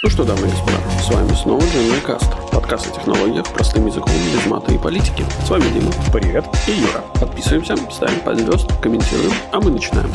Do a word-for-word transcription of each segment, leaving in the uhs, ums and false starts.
Ну что, дамы и господа, с вами снова JenMyCast, подкаст о технологиях простым языком, без мата и политики. С вами Дима. Привет. И Юра. Подписываемся, ставим пять звезд, комментируем, а мы начинаем.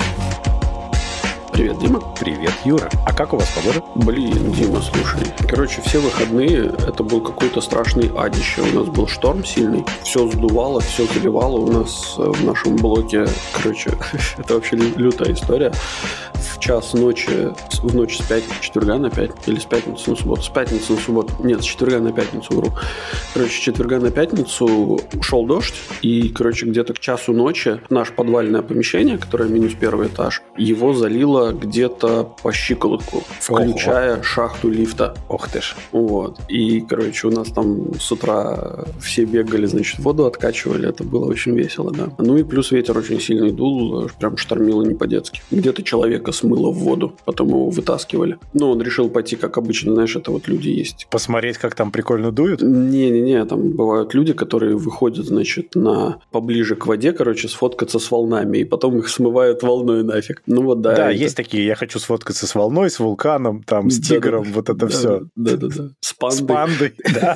Привет, Дима. Привет, Юра. А как у вас погода? Блин, Дима, слушай. Короче, все выходные это был какой-то страшный адище. У нас был шторм сильный. Все сдувало, все заливало. У нас в нашем блоке, короче, это вообще лютая история. В час ночи, в ночь с пятницы, четверга на пятницу, или с пятницы на субботу, с пятницы на субботу, нет, с четверга на пятницу, вру. Короче, с четверга на пятницу шел дождь, и, короче, где-то к часу ночи наше подвальное помещение, которое минус первый этаж, его залило где-то по щиколотку, включая Ого. шахту лифта. Ох ты ж. Вот. И, короче, у нас там с утра все бегали, значит, воду откачивали, это было очень весело, да. Ну и плюс ветер очень сильный дул, прям штормило не по-детски. Где-то человека смыло в воду, потом его вытаскивали. Но он решил пойти, как обычно, знаешь, это вот люди есть. Посмотреть, как там прикольно дуют? Не-не-не, там бывают люди, которые выходят, значит, на поближе к воде, короче, сфоткаться с волнами, и потом их смывают волной нафиг. Ну вот, да. Да, это... есть такие, я хочу сфоткаться с волной, с вулканом, там, с тигром, вот это все. Да-да-да. С пандой. С пандой, да.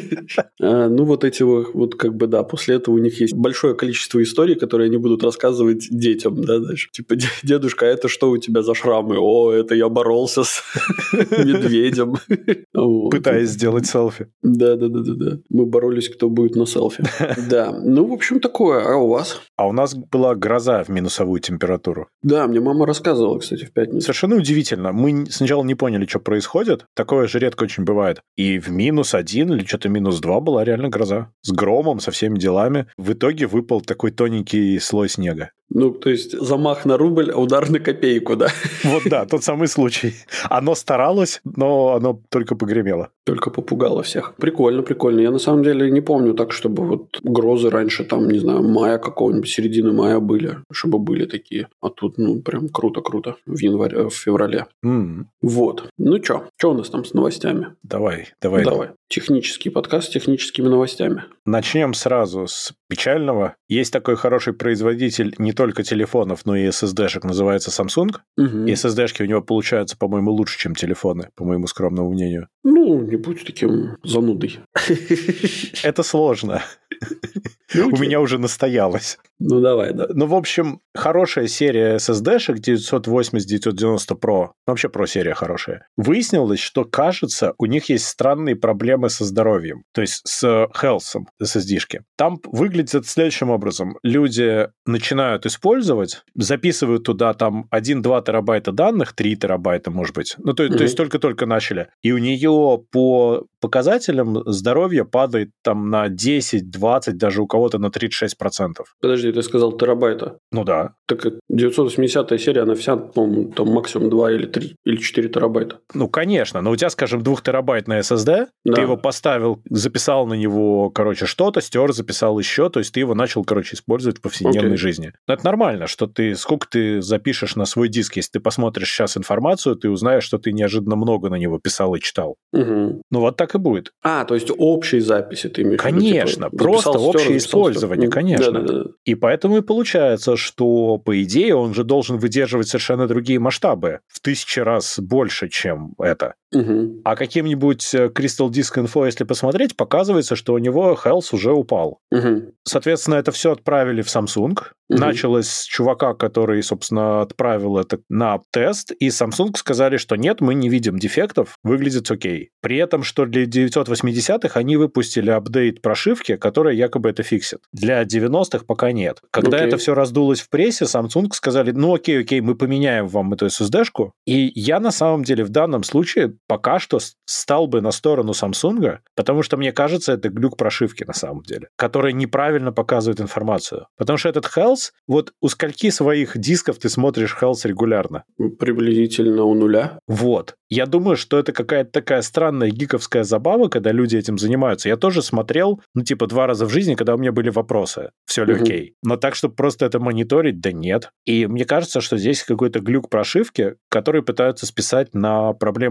Ну вот эти вот, как бы, да, после этого у них есть большое количество историй, которые они будут рассказывать детям, да, знаешь. Типа, дедушка, это что у тебя за шрамы? О, это я боролся с медведем. Пытаясь сделать селфи. Да-да-да-да. Мы боролись, кто будет на селфи. Да. Ну, в общем, такое. А у вас? А у нас была гроза в минусовую температуру. Да, мне мама рассказывала, кстати, в пятницу. Совершенно удивительно. Мы сначала не поняли, что происходит. Такое же редко очень бывает. И в минус один или что-то минус два была реально гроза. С громом, со всеми делами. В итоге выпал такой тоненький слой снега. Ну, то есть, замах на рубль, а удар на копейку, да? Вот да, тот самый случай. Оно старалось, но оно только погремело. Только попугало всех. Прикольно, прикольно. Я на самом деле не помню так, чтобы вот грозы раньше, там, не знаю, мая какого-нибудь, середины мая были, чтобы были такие. А тут, ну, прям круто-круто в январе, в феврале. Mm. Вот. Ну, что? Что у нас там с новостями? Давай, давай. Давай. Технический подкаст с техническими новостями. Начнем сразу с печального. Есть такой хороший производитель не только телефонов, но и эс эс ди-шек, называется Samsung. Угу. И эс эс ди-шки у него получаются, по-моему, лучше, чем телефоны, по моему скромному мнению. Ну, не будь таким занудой. Это сложно. У меня уже настоялось. Ну, давай, да. Ну, в общем, хорошая серия эс эс ди-шек девятьсот восемьдесят девятьсот девяносто Pro, вообще Pro серия хорошая. Выяснилось, что, кажется, у них есть странные проблемы со здоровьем, то есть с health эс эс ди-шки. Там выглядит это следующим образом. Люди начинают использовать, записывают туда там один-два терабайта данных, три терабайта, может быть. Ну, то, mm-hmm. то есть только-только начали. И у нее по показателям здоровья падает там на десять-двадцать, даже у кого-то на тридцать шесть процентов. Подожди, ты сказал терабайта? Ну да. Так девятьсот восьмидесятая серия, она вся, по-моему, там максимум два или три, или четыре терабайта. Ну, конечно. Но у тебя, скажем, двухтерабайтный эс эс ди, да. Ты его поставил, записал на него, короче, что-то, стер, записал еще, то есть ты его начал, короче, использовать в повседневной okay. жизни. Но это нормально, что ты, сколько ты запишешь на свой диск, если ты посмотришь сейчас информацию, ты узнаешь, что ты неожиданно много на него писал и читал. Угу. Ну, вот так и будет. А, то есть общие записи ты имеешь в виду? Конечно, типа, просто записал, общее стер, использование, стер. конечно. Да-да-да. И поэтому и получается, что, по идее, он же должен выдерживать совершенно другие масштабы, в тысячи раз больше, чем это. Угу. А каким-нибудь Crystal Disk Info, если посмотреть, показывается, что у него health уже упал. Угу. Соответственно, это все отправили в Samsung. Угу. Началось с чувака, который, собственно, отправил это на тест, и Samsung сказали, что нет, мы не видим дефектов, выглядит окей. При этом, что для девятьсот восьмидесятых они выпустили апдейт прошивки, которая якобы это фиксит. Для девяностых пока нет. Когда окей. это все раздулось в прессе, Samsung сказали, ну окей, окей, мы поменяем вам эту эс эс ди-шку. И я на самом деле в данном случае пока что стал бы на сторону Samsung, потому что мне кажется, это глюк прошивки на самом деле, которая неправильно показывает информацию. Потому что этот health, вот у скольки своих дисков ты смотришь health регулярно? Приблизительно у нуля. Вот. Я думаю, что это какая-то такая странная гиковская забава, когда люди этим занимаются. Я тоже смотрел, ну, типа, два раза в жизни, когда у меня были вопросы. Все ли окей? Uh-huh. Но так, чтобы просто это мониторить, да нет. И мне кажется, что здесь какой-то глюк прошивки, который пытаются списать на проблему эс эс ди.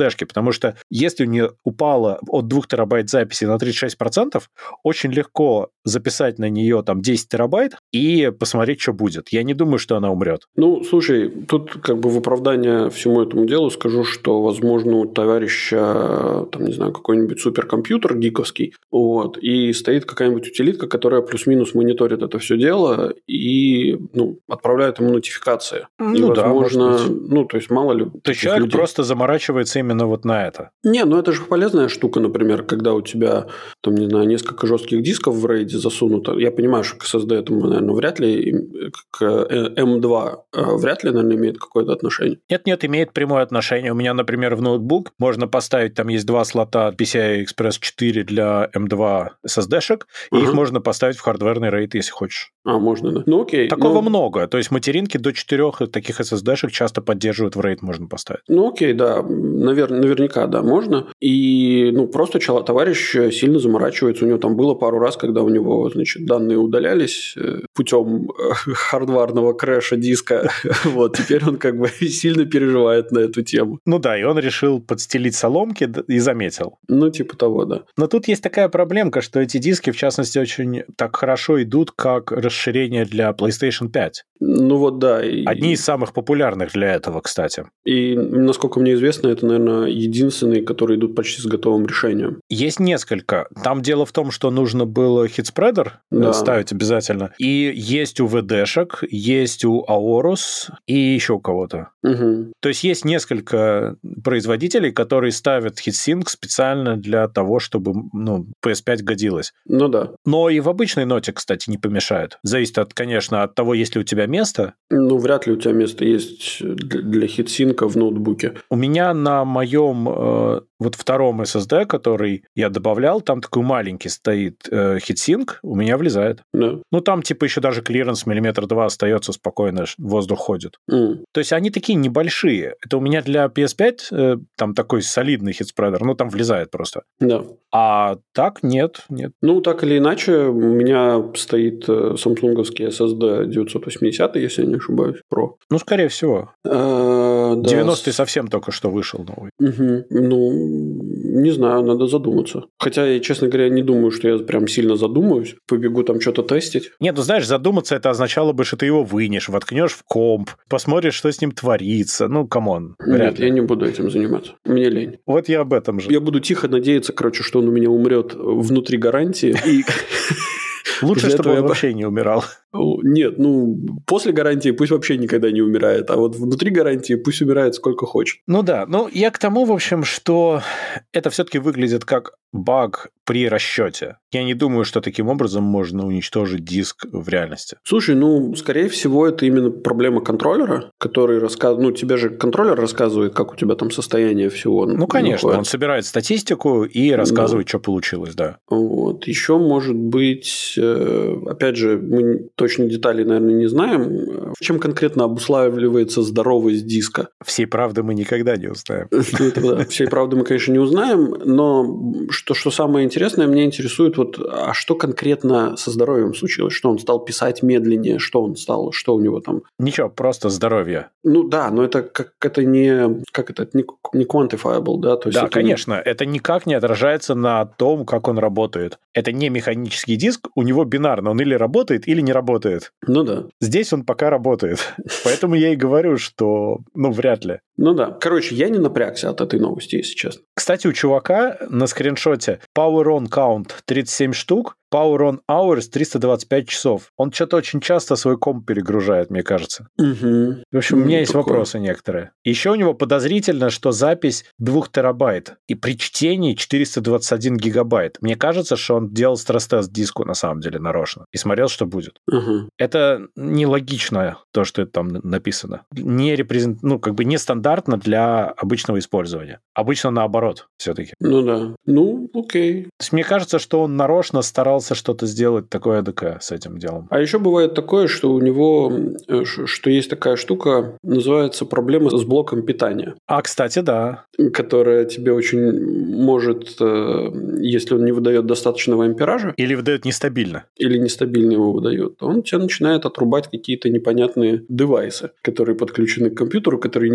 флешки, потому что если у нее упало от двух терабайт записи на тридцать шесть процентов, очень легко записать на нее там десять терабайт и посмотреть, что будет. Я не думаю, что она умрет. Ну, слушай, тут как бы в оправдание всему этому делу скажу, что, возможно, у товарища, там, не знаю, какой-нибудь суперкомпьютер гиковский, вот, и стоит какая-нибудь утилитка, которая плюс-минус мониторит это все дело и, ну, отправляет ему нотификации. Ну, и, да, возможно, ну, то есть, мало ли... То есть, человек людей. Просто заморачивается именно вот на это. Не, ну, это же полезная штука, например, когда у тебя, там, не знаю, несколько жестких дисков в рейде засунуто. Я понимаю, что к эс эс ди этому, наверное, вряд ли, к эм два вряд ли, наверное, имеет какое-то отношение. Нет-нет, имеет прямое отношение. У меня, например, в ноутбук можно поставить, там есть два слота пи си ай экспресс четыре для эм два эс эс ди-шек, и uh-huh. их можно поставить в хардверный рейд, если хочешь. А, можно, да. Ну, окей. Такого ну... много. То есть материнки до четырех таких эс эс ди-шек часто поддерживают в рейд, можно поставить. Ну, окей, да. Навер... Наверняка, да, можно. И, ну, просто чел... товарищ сильно заморачивается. У него там было пару раз, когда у него, значит, данные удалялись путем хардварного крэша диска. Вот, теперь он как бы сильно переживает на эту тему. Ну да, и он решил подстелить соломки и заметил. Ну, типа того, да. Но тут есть такая проблемка, что эти диски, в частности, очень так хорошо идут, как расширение для PlayStation пять. Ну вот, да. И... Одни из самых популярных для этого, кстати. И, насколько мне известно, это, наверное, единственные, которые идут почти с готовым решением. Есть несколько. Там дело в том, что нужно было хитспредер да. ставить обязательно. И есть у ви ди-шек, есть у Aorus и еще у кого-то. Угу. То есть есть несколько производителей, которые ставят HeatSink специально для того, чтобы ну, пи эс пять годилась. Ну да. Но и в обычной ноте, кстати, не помешает. Зависит, от, конечно, от того, есть ли у тебя место. Ну, вряд ли у тебя место есть для HeatSink в ноутбуке. У меня на моем э, вот втором эс эс ди, который я добавлял, там такой маленький стоит э, HeatSink, у меня влезает. Да. Ну, там типа еще даже клиренс миллиметр два остается спокойно, воздух ходит. Mm. То есть они такие небольшие. Это у меня для пи эс пять э, там такой солидный хитспредер, ну, там влезает просто. Да. А так нет, нет. Ну, так или иначе, у меня стоит самсунговский эс эс ди девятьсот восемьдесят, если я не ошибаюсь, Pro. Ну, скорее всего. А, да. девяностый совсем только что вышел новый. Угу. Ну, не знаю, надо задуматься. Хотя я, честно говоря, не думаю, что я прям сильно задумаюсь. Побегу там что-то тестить. Нет, ну, знаешь, задуматься это означало бы, что ты его вынешь, воткнешь в комп, посмотришь, что с ним творится. Ну, камон. Нет, я не буду этим заниматься. Мне лень. Вот я об этом же. Я буду тихо надеяться, короче, что он у меня умрет внутри гарантии. И... Лучше, чтобы он я... вообще не умирал. Нет, ну, после гарантии пусть вообще никогда не умирает, а вот внутри гарантии пусть умирает сколько хочет. Ну да, ну я к тому, в общем, что это все-таки выглядит как баг при расчете. Я не думаю, что таким образом можно уничтожить диск в реальности. Слушай, ну, скорее всего, это именно проблема контроллера, который рассказывает... Ну, тебе же контроллер рассказывает, как у тебя там состояние всего. Ну, конечно, находится. Он собирает статистику и рассказывает, да. что получилось, да. Вот. Еще, может быть, опять же, мы точно деталей, наверное, не знаем. Чем конкретно обуславливается здоровость диска? Всей правды мы никогда не узнаем. Всей правды мы, конечно, не узнаем, но что, что самое интересное, меня интересует, вот, а что конкретно со здоровьем случилось? Что он стал писать медленнее? Что он стал? Что у него там? Ничего, просто здоровье. Ну да, но это как это не как это не, не quantifiable, да? То есть да, это конечно, не... это никак не отражается на том, как он работает. Это не механический диск, у него бинарно, он или работает, или не работает. Ну да. Здесь он пока работает. Поэтому я и говорю, что, ну, вряд ли. Ну да. Короче, я не напрягся от этой новости, если честно. Кстати, у чувака на скриншоте Power On Count тридцать семь штук, Power On Hours триста двадцать пять часов. Он что-то очень часто свой комп перегружает, мне кажется. Угу. В общем, у меня ну, есть такое. вопросы некоторые. Еще у него подозрительно, что запись двух терабайт и при чтении четыреста двадцать один гигабайт. Мне кажется, что он делал стресс-тест диску на самом деле нарочно и смотрел, что будет. Угу. Это нелогично, то, что это там написано. Не репрезент... Ну, как бы нестандартно для обычного использования. Обычно наоборот все-таки. Ну да. Ну, окей. То есть мне кажется, что он нарочно старался что-то сделать такое эдакое с этим делом. А еще бывает такое, что у него, что есть такая штука, называется проблема с блоком питания. А, кстати, да. Которая тебе очень может, если он не выдает достаточного ампеража. Или выдает нестабильно. Или нестабильно его выдает. То он тебе начинает отрубать какие-то непонятные девайсы, которые подключены к компьютеру, которые не имеют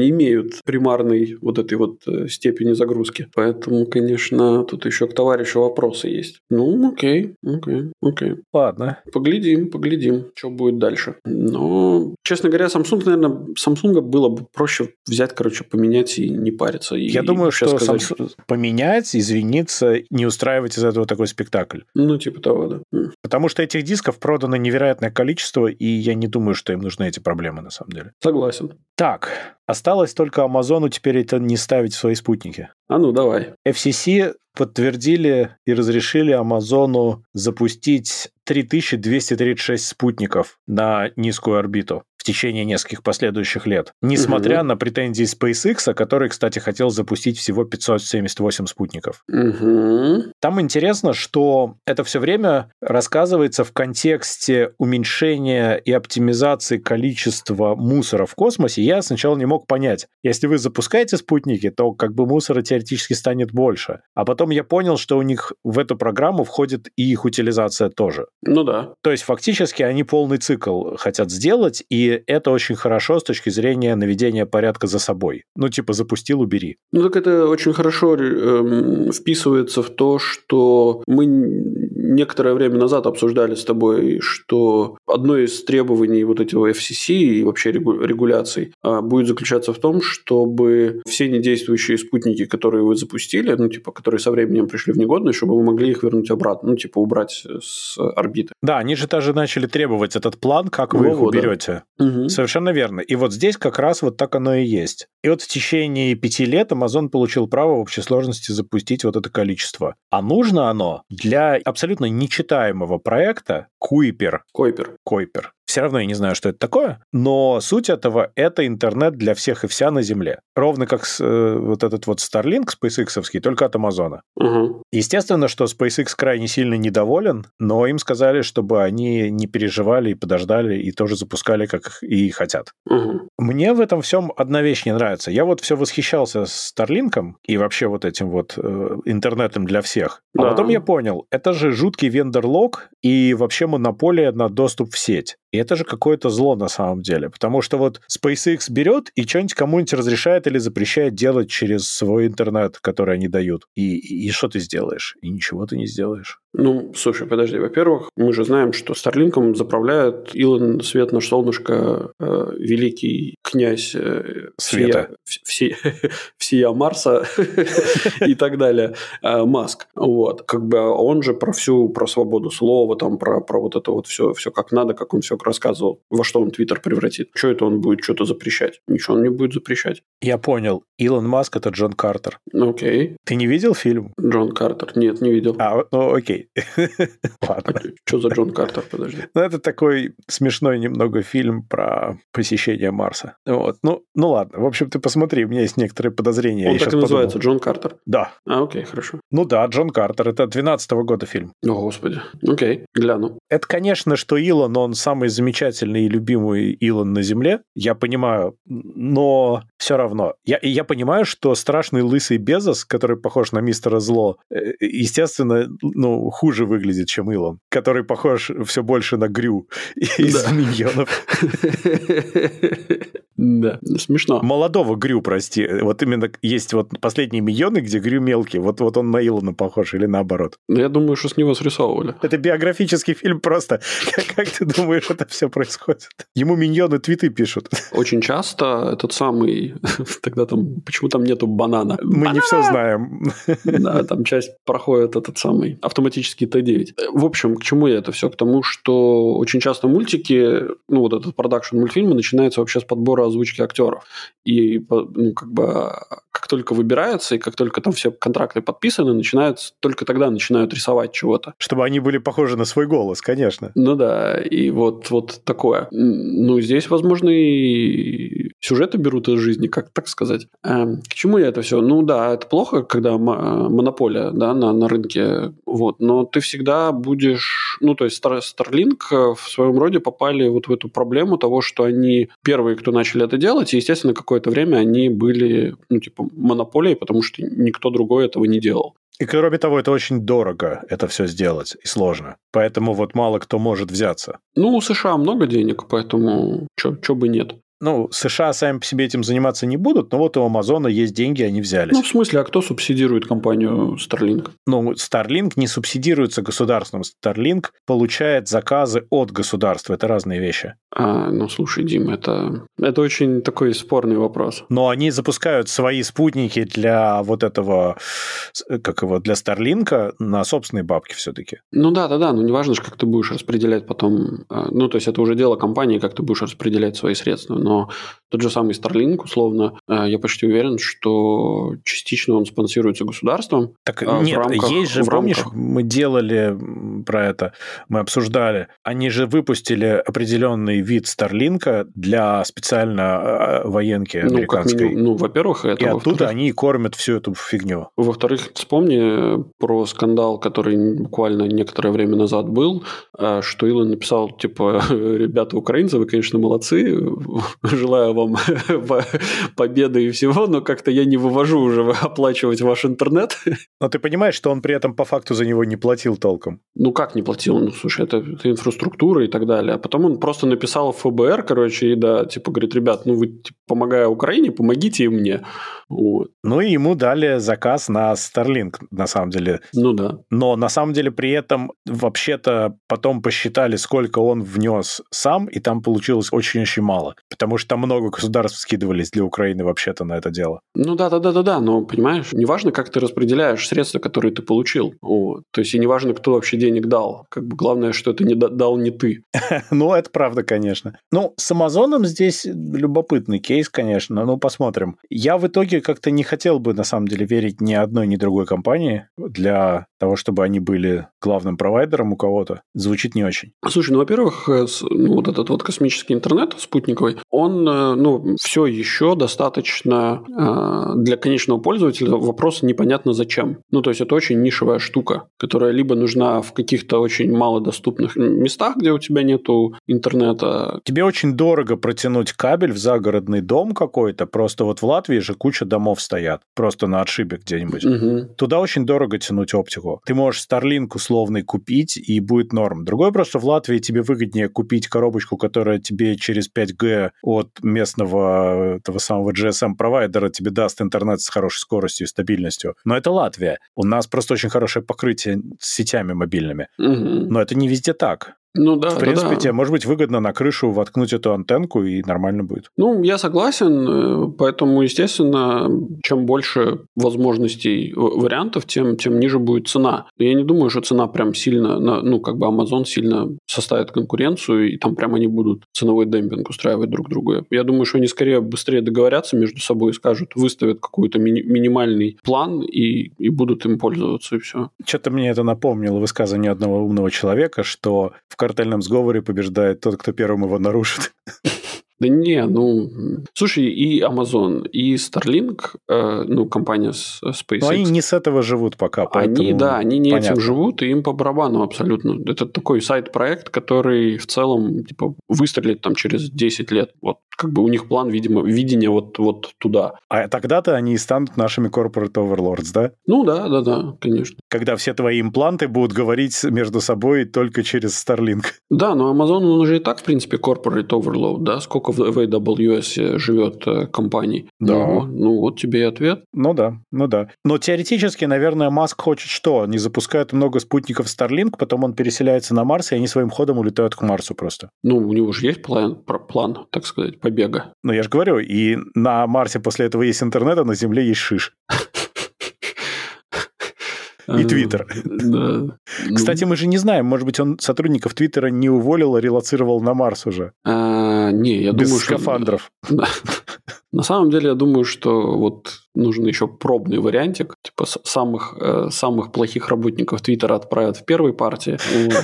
перед примарной вот этой вот степени загрузки. Поэтому, конечно, тут еще к товарищу вопросы есть. Ну, окей, окей, окей. Ладно. Поглядим, поглядим, что будет дальше. Но, честно говоря, Samsung, наверное, Samsung было бы проще взять, короче, поменять и не париться. И, Я думаю, что сказать, Samsung поменять, извиниться, не устраивать из этого такой спектакль. Ну, типа того, да. Потому что этих дисков продано невероятное количество, и я не думаю, что им нужны эти проблемы, на самом деле. Согласен. Так, осталось только Амазону теперь это не ставить в свои спутники. А ну, давай. эф си си подтвердили и разрешили Амазону запустить три тысячи двести тридцать шесть спутников на низкую орбиту в течение нескольких последующих лет. Несмотря угу. на претензии SpaceX, который, кстати, хотел запустить всего пятьсот семьдесят восемь спутников. Угу. Там интересно, что это все время рассказывается в контексте уменьшения и оптимизации количества мусора в космосе. Я сначала не мог понять, если вы запускаете спутники, то как бы мусора теоретически станет больше. А потом я понял, что у них в эту программу входит и их утилизация тоже. Ну да. То есть фактически они полный цикл хотят сделать, и это очень хорошо с точки зрения наведения порядка за собой. Ну типа запустил, убери. Ну так это очень хорошо э, вписывается в то, что мы некоторое время назад обсуждали с тобой, что одно из требований вот этого эф си си и вообще регуляций э, будет заключаться в том, чтобы все недействующие спутники, которые вы запустили, ну типа, которые со временем пришли в негодность, чтобы вы могли их вернуть обратно, ну типа убрать с орбиты. Да, они же даже начали требовать этот план, как вы Во, их уберете. Да. Угу. Совершенно верно. И вот здесь как раз вот так оно и есть. И вот в течение пяти лет Amazon получил право в общей сложности запустить вот это количество. А нужно оно для абсолютно нечитаемого проекта Kuiper. Kuiper. Kuiper. Все равно я не знаю, что это такое, но суть этого – это интернет для всех и вся на Земле. Ровно как с, э, вот этот вот Starlink SpaceX-овский, только от Амазона. Угу. Естественно, что SpaceX крайне сильно недоволен, но им сказали, чтобы они не переживали и подождали, и тоже запускали, как и хотят. Угу. Мне в этом всем одна вещь не нравится. Я вот все восхищался Starlink'ом и вообще вот этим вот э, интернетом для всех. А да. потом я понял, это же жуткий вендор-лог и вообще монополия на доступ в сеть. И это же какое-то зло на самом деле, потому что вот SpaceX берет и что-нибудь кому-нибудь разрешает или запрещает делать через свой интернет, который они дают. И, и, и что ты сделаешь? И ничего ты не сделаешь. Ну, слушай, подожди. Во-первых, мы же знаем, что Старлинком заправляет Илон Свет на солнышко, э, великий князь э, Света. Всея, всея Марса и так далее, Маск. Вот. Как бы он же про всю, про свободу слова, там, про, про вот это вот все, все как надо, как он все рассказывал, во что он Твиттер превратит. Что это он будет что-то запрещать? Ничего он не будет запрещать. Я понял. Илон Маск – это Джон Картер. Окей. Ты не видел фильм? Джон Картер? Нет, не видел. А, ну окей. Ладно. А что за Джон Картер? Подожди. Ну, это такой смешной немного фильм про посещение Марса. Вот. Ну, ну ладно. В общем, ты посмотри, у меня есть некоторые подозрения. Он так и называется, Джон Картер? Да. А, окей, хорошо. Ну да, Джон Картер. Это двенадцатого года фильм. О, господи. Окей, гляну. Это, конечно, что Илон, он самый замечательный и любимый Илон на Земле. Я понимаю, но все равно. Я, я понимаю, что страшный лысый Безос, который похож на мистера Зло, естественно, ну, хуже выглядит, чем Илон, который похож все больше на Грю из Миньонов. Да, смешно. Молодого Грю, прости. Вот именно есть вот последние Миньоны, где Грю мелкий. Вот, вот он на Илона похож или наоборот. Я думаю, что с него срисовывали. Это биографический фильм просто. Как, как ты думаешь, это все происходит? Ему Миньоны твиты пишут. Очень часто этот самый... Тогда там... Почему там нету банана? Мы банана! Не все знаем. Да, там часть проходит этот самый автоматический Т девять. В общем, к чему я это все? К тому, что очень часто мультики, ну, вот этот продакшн мультфильма начинается вообще с подбора озвучки актеров. И, ну, как бы, как только выбирается, и как только там все контракты подписаны, начинают, только тогда начинают рисовать чего-то. Чтобы они были похожи на свой голос, конечно. Ну да, и вот, вот такое. Ну, здесь, возможно, и сюжеты берут из жизни, как так сказать. Эм, к чему я это все? Ну да, это плохо, когда монополия, да, на, на рынке, вот, но ты всегда будешь... Ну, то есть Starlink в своем роде попали вот в эту проблему того, что они первые, кто начали это делать, и, естественно, какое-то время они были, ну, типа, монополией, потому что никто другой этого не делал. И, кроме того, это очень дорого, это все сделать, и сложно. Поэтому вот мало кто может взяться. Ну, у США много денег, поэтому чё, чё бы нет. Ну, США сами по себе этим заниматься не будут, но вот у Амазона есть деньги, они взялись. Ну, в смысле, а кто субсидирует компанию Starlink? Ну, Starlink не субсидируется государством. Starlink получает заказы от государства. Это разные вещи. А, ну, слушай, Дим, это, это очень такой спорный вопрос. Но они запускают свои спутники для вот этого, как его, для Starlink на собственные бабки все-таки. Ну да, да, да, но неважно же, как ты будешь распределять потом. Ну, то есть это уже дело компании, как ты будешь распределять свои средства. Но тот же самый Starlink, условно, я почти уверен, что частично он спонсируется государством. Так нет, рамках, есть же, помнишь, рамках... мы делали про это, мы обсуждали, они же выпустили определенный вид Starlink для специально военки американской. Ну, минимум, ну, во-первых, это... И оттуда они кормят всю эту фигню. Во-вторых, вспомни про скандал, который буквально некоторое время назад был, что Илон написал, типа, ребята, украинцы, вы, конечно, молодцы, желаю вам победы и всего, но как-то я не вывожу уже оплачивать ваш интернет. Но ты понимаешь, что он при этом по факту за него не платил толком? Ну, как не платил? Ну, слушай, это, это инфраструктура и так далее. А потом он просто написал в ФБР, короче, и да, типа, говорит, ребят, ну, вы, типа, помогая Украине, помогите и мне. Вот. Ну, и ему дали заказ на Starlink, на самом деле. Ну, да. Но, на самом деле, при этом, вообще-то, потом посчитали, сколько он внес сам, и там получилось очень-очень мало. Потому что там много государств скидывались для Украины вообще-то на это дело. Ну, да-да-да-да-да, но, понимаешь, неважно, как ты распределяешь средства, которые ты получил. Вот. То есть, и неважно, кто вообще денег дал. Как бы главное, что это не дал не ты. Ну, это правда, конечно. Ну, с Амазоном здесь любопытный кейс, конечно. Ну, посмотрим. Я в итоге как-то не хотел бы, на самом деле, верить ни одной, ни другой компании для того, чтобы они были главным провайдером у кого-то. Звучит не очень. Слушай, ну, во-первых, ну, вот этот вот космический интернет спутниковый, он, ну, все еще достаточно э, для конечного пользователя вопрос непонятно зачем. Ну, то есть, это очень нишевая штука, которая либо нужна в каких-то очень малодоступных местах, где у тебя нету интернета. Тебе очень дорого протянуть кабель в загородный дом какой-то, просто вот в Латвии же куча домов стоят, просто на отшибе где-нибудь. Угу. Туда очень дорого тянуть оптику. Ты можешь Starlink условный купить, и будет норм. Другое просто в Латвии тебе выгоднее купить коробочку, которая тебе через пять джи от местного этого самого джи эс эм-провайдера тебе даст интернет с хорошей скоростью и стабильностью. Но это Латвия. У нас просто очень хорошее покрытие с сетями мобильными. Угу. Но это не везде так. Ну да, в принципе, да, да. тебе может быть выгодно на крышу воткнуть эту антенку, и нормально будет. Ну, я согласен, поэтому, естественно, чем больше возможностей, вариантов, тем, тем ниже будет цена. Я не думаю, что цена прям сильно, ну, как бы Amazon сильно составит конкуренцию, и там прям они будут ценовой демпинг устраивать друг другу. Я думаю, что они скорее быстрее договорятся между собой и скажут, выставят какой-то ми- минимальный план и, и будут им пользоваться, и все. Что-то мне это напомнило высказывание одного умного человека, что в картельном сговоре побеждает тот, кто первым его нарушит. Да не, ну... Слушай, и Amazon, и Starlink, э, ну, компания с SpaceX... Но они не с этого живут пока, поэтому... Они, да, они не понятно. Этим живут, и им по барабану абсолютно. Это такой сайт-проект, который в целом, типа, выстрелит там через десять лет. Вот, как бы у них план, видимо, видение вот, вот туда. А тогда-то они и станут нашими corporate overlords, да? Ну, да, да, да, конечно. Когда все твои импланты будут говорить между собой только через Starlink. Да, но Amazon, он уже и так, в принципе, corporate overload, да? Сколько в эй дабл ю эс живет компаний. Да. Ну, ну, вот тебе и ответ. Ну да, ну да. Но теоретически, наверное, Маск хочет что? Они запускают много спутников Starlink, потом он переселяется на Марс, и они своим ходом улетают к Марсу просто. Ну, у него же есть план, план, так сказать, побега. Ну, я же говорю, и на Марсе после этого есть интернет, а на Земле есть шиш. И Твиттер. Да. Кстати, мы же не знаем, может быть, он сотрудников Твиттера не уволил, а релоцировал на Марс уже. А, не, я Без думаю, скафандров. Что... На самом деле, я думаю, что вот нужен еще пробный вариантик. Типа самых, самых плохих работников Твиттера отправят в первой партии.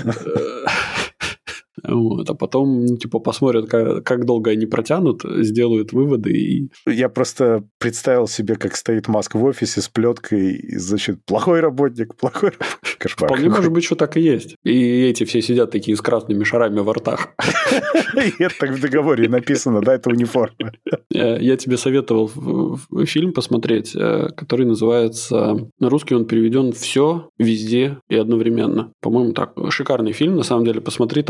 Вот, а потом, ну, типа, посмотрят, как, как долго они протянут, сделают выводы и... Я просто представил себе, как стоит Маск в офисе с плеткой, и, значит, плохой работник, плохой работник. Кошмар. Вполне может быть, что так и есть. И эти все сидят такие с красными шарами во ртах. И это так в договоре написано, да, это униформа. Я тебе советовал фильм посмотреть, который называется... На русский он переведен «Все, везде и одновременно». По-моему, так. Шикарный фильм, на самом деле. Посмотри, там офигенно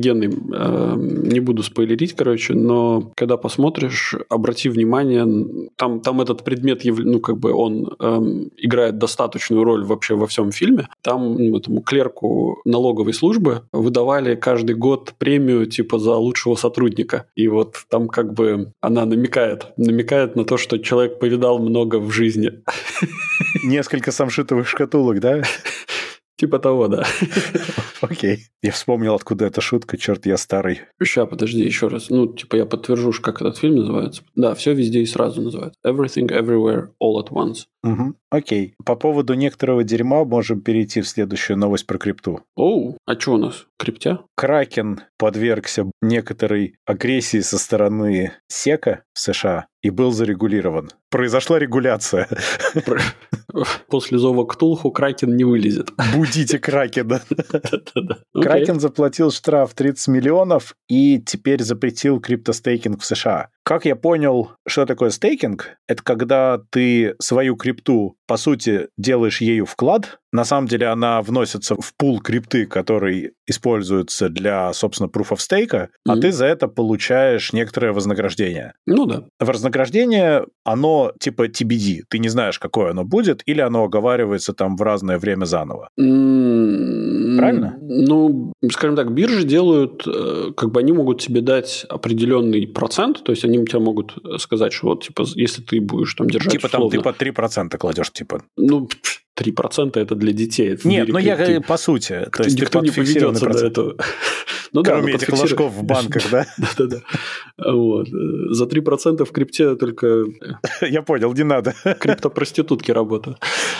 офигенный. Не буду спойлерить, короче, но когда посмотришь, обрати внимание, там, там этот предмет, ну, как бы он эм, играет достаточную роль вообще во всем фильме. Там ну, этому клерку налоговой службы выдавали каждый год премию типа за лучшего сотрудника. И вот там как бы она намекает, намекает на то, что человек повидал много в жизни. Несколько самшитовых шкатулок, да? Типа того, да. Окей. Я вспомнил, откуда эта шутка, черт, я старый. Сейчас, подожди, еще раз. Ну, типа, я подтвержу, как этот фильм называется. Да, все везде и сразу называется. Everything, Everywhere, All at Once. Угу. Окей. По поводу некоторого дерьма можем перейти в следующую новость про крипту. Оу, а что у нас? Криптя? Кракен подвергся некоторой агрессии со стороны сека в США и был зарегулирован. Произошла регуляция. После зова Ктулху Кракен не вылезет. Будите Кракена. Кракен заплатил штраф тридцать миллионов и теперь запретил криптостейкинг в США. Как я понял, что такое стейкинг? Это когда ты свою крипту, по сути, делаешь ею вклад. На самом деле она вносится в пул крипты, который используется для, собственно, proof of stake, mm-hmm. а ты за это получаешь некоторое вознаграждение. Ну да. Вознаграждение, оно типа ти би ди. Ты не знаешь, какое оно будет, или оно оговаривается там в разное время заново. Mm-hmm. Правильно? Ну, скажем так, биржи делают, как бы они могут тебе дать определенный процент, то есть они тебе могут сказать, что вот, типа, если ты будешь там держать Типа условно... там ты по три процента кладешь, типа... Ну, три процента это для детей. Это Нет, ну я говорю по сути. То есть никто не поведется до этого. Ну, кроме да, этих фиксиров... ложков в банках, да? Да-да-да. Вот. За три процента в крипте только... Я понял, не надо. Криптопроститутки работают.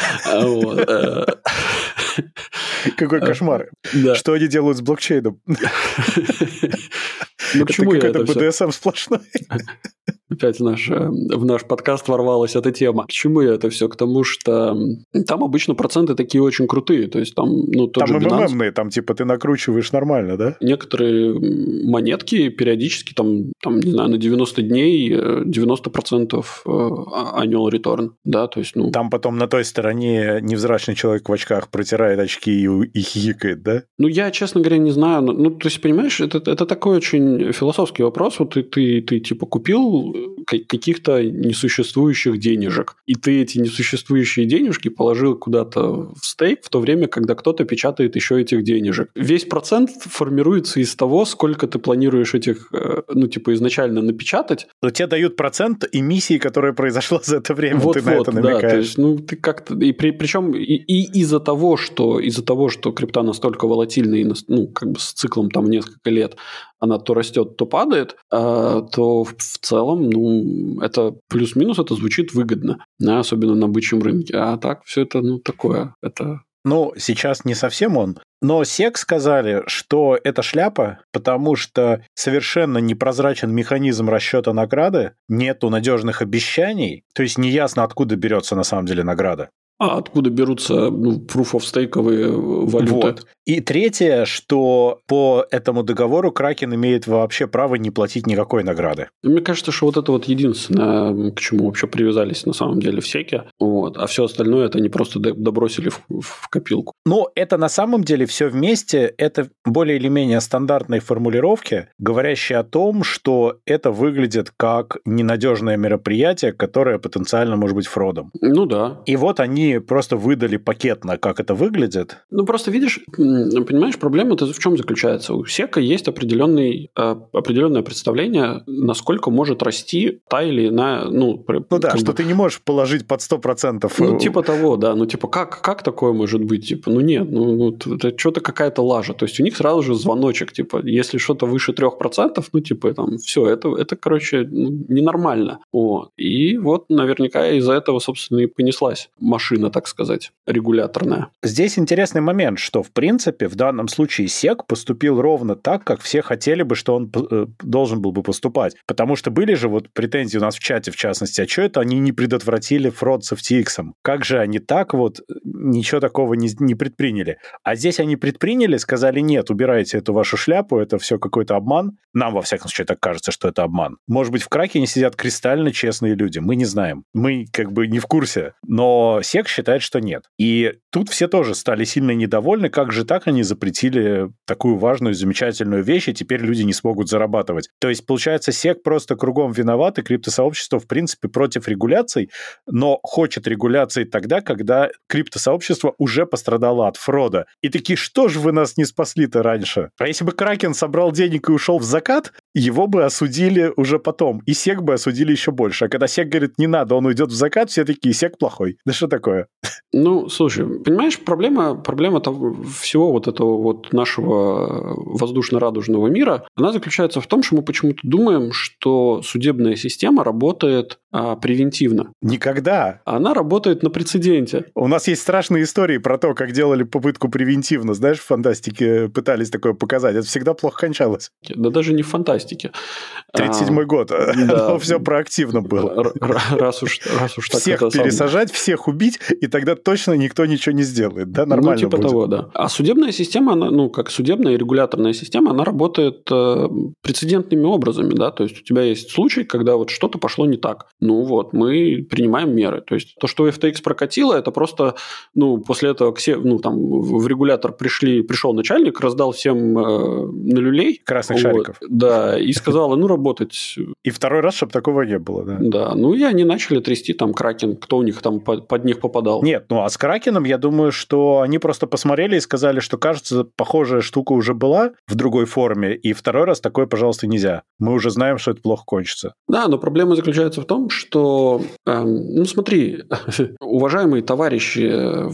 Какой кошмар. Что они делают с блокчейном? Ну, к чему это? Это бэ дэ эс эм сплошной. Опять в наш, в наш подкаст ворвалась эта тема. К чему я это все? К тому, что там обычно проценты такие очень крутые. То есть там, ну, тот там же Binance... эм эм эм-ные, там типа ты накручиваешь нормально, да? Некоторые монетки периодически, там, там не знаю, на девяносто дней девяносто процентов annual return. Да, то есть, ну... Там потом на той стороне невзрачный человек в очках протирает очки и, и хихикает, да? Ну, я, честно говоря, не знаю. Ну, то есть, понимаешь, это, это такой очень философский вопрос. Вот ты, ты, ты типа купил каких-то несуществующих денежек, и ты эти несуществующие денежки положил куда-то в стейк в то время, когда кто-то печатает еще этих денежек. Весь процент формируется из того, сколько ты планируешь этих, ну, типа, изначально напечатать. Но тебе дают процент эмиссии, которая произошла за это время, вот, ты вот, на это намекаешь. Да, то есть, ну, ты как-то... И при, причем и, и из-за того, что из-за того, что крипта настолько волатильна и, ну, как бы с циклом там несколько лет, она то растет, то падает, то в целом, ну, это плюс-минус, это звучит выгодно, да, особенно на бычьем рынке. А так все это, ну, такое, это... Ну, сейчас не совсем он. Но сек сказали, что это шляпа, потому что совершенно непрозрачен механизм расчета награды, нету надежных обещаний, то есть неясно, откуда берется на самом деле награда. А откуда берутся ну, proof of stake-овые валюты? Вот. И третье, что по этому договору Кракен имеет вообще право не платить никакой награды. Мне кажется, что вот это вот единственное, к чему вообще привязались на самом деле в секе, вот, а все остальное это они просто добросили в, в копилку. Ну, это на самом деле все вместе, это более или менее стандартные формулировки, говорящие о том, что это выглядит как ненадежное мероприятие, которое потенциально может быть фродом. Ну да. И вот они просто выдали пакетно, как это выглядит. Ну, просто видишь, понимаешь, проблема-то в чем заключается? У сека есть определенный, определенное представление, насколько может расти та или иная... Ну, ну да, что бы... ты не можешь положить под сто процентов. Ну, типа того, да. Ну, типа, как, как такое может быть? Типа, ну, нет, ну, это что-то какая-то лажа. То есть, у них сразу же звоночек, типа, если что-то выше трех процентов, ну, типа, там, все, это, это короче, ну, ненормально. Вот. И вот, наверняка, из-за этого, собственно, и понеслась машина, так сказать, регуляторная. Здесь интересный момент, что, в принципе, в данном случае сек поступил ровно так, как все хотели бы, что он э, должен был бы поступать. Потому что были же вот претензии у нас в чате, в частности, а что это они не предотвратили фрод с эф ти экс? Как же они так вот ничего такого не, не предприняли? А здесь они предприняли, сказали, нет, убирайте эту вашу шляпу, это все какой-то обман. Нам, во всяком случае, так кажется, что это обман. Может быть, в Кракене сидят кристально честные люди, мы не знаем. Мы как бы не в курсе. Но сек сек считает, что нет. И тут все тоже стали сильно недовольны, как же так они запретили такую важную, замечательную вещь, и теперь люди не смогут зарабатывать. То есть, получается, сек просто кругом виноват, и криптосообщество, в принципе, против регуляций, но хочет регуляции тогда, когда криптосообщество уже пострадало от фрода. И такие, что же вы нас не спасли-то раньше? А если бы Кракен собрал денег и ушел в закат, его бы осудили уже потом, и сек бы осудили еще больше. А когда сек говорит, не надо, он уйдет в закат, все такие, сек плохой. Да что такое? Ну, слушай, понимаешь, проблема, проблема того, всего вот этого вот нашего воздушно-радужного мира, она заключается в том, что мы почему-то думаем, что судебная система работает а, превентивно. Никогда. Она работает на прецеденте. У нас есть страшные истории про то, как делали попытку превентивно. Знаешь, в фантастике пытались такое показать. Это всегда плохо кончалось. Да даже не в фантастике. тридцать седьмой а, год. Да. Но все проактивно было. Раз уж, раз уж так всех это пересажать, самое. Всех убить, и тогда точно никто ничего не сделает. Да, нормально ну, типа будет. того, да. А судебная система, она, ну, как судебная и регуляторная система, она работает э, прецедентными образами, да, то есть у тебя есть случай, когда вот что-то пошло не так. Ну вот, мы принимаем меры. То есть то, что эф ти экс прокатило, это просто, ну, после этого все, ну, там, в регулятор пришли, пришел начальник, раздал всем э, на люлей. Красных вот, шариков. Да, и сказал, ну, работать. И второй раз, чтобы такого не было, да. Да, ну, и они начали трясти там Кракен, кто у них там под, под них попадал. Нет, ну, а с Кракеном, я думаю, что они просто посмотрели и сказали, что, кажется, похожая штука уже была в другой форме, и второй раз такое, пожалуйста, нельзя. Мы уже знаем, что это плохо кончится. Да, но проблема заключается в том, что, э, ну, смотри, уважаемые товарищи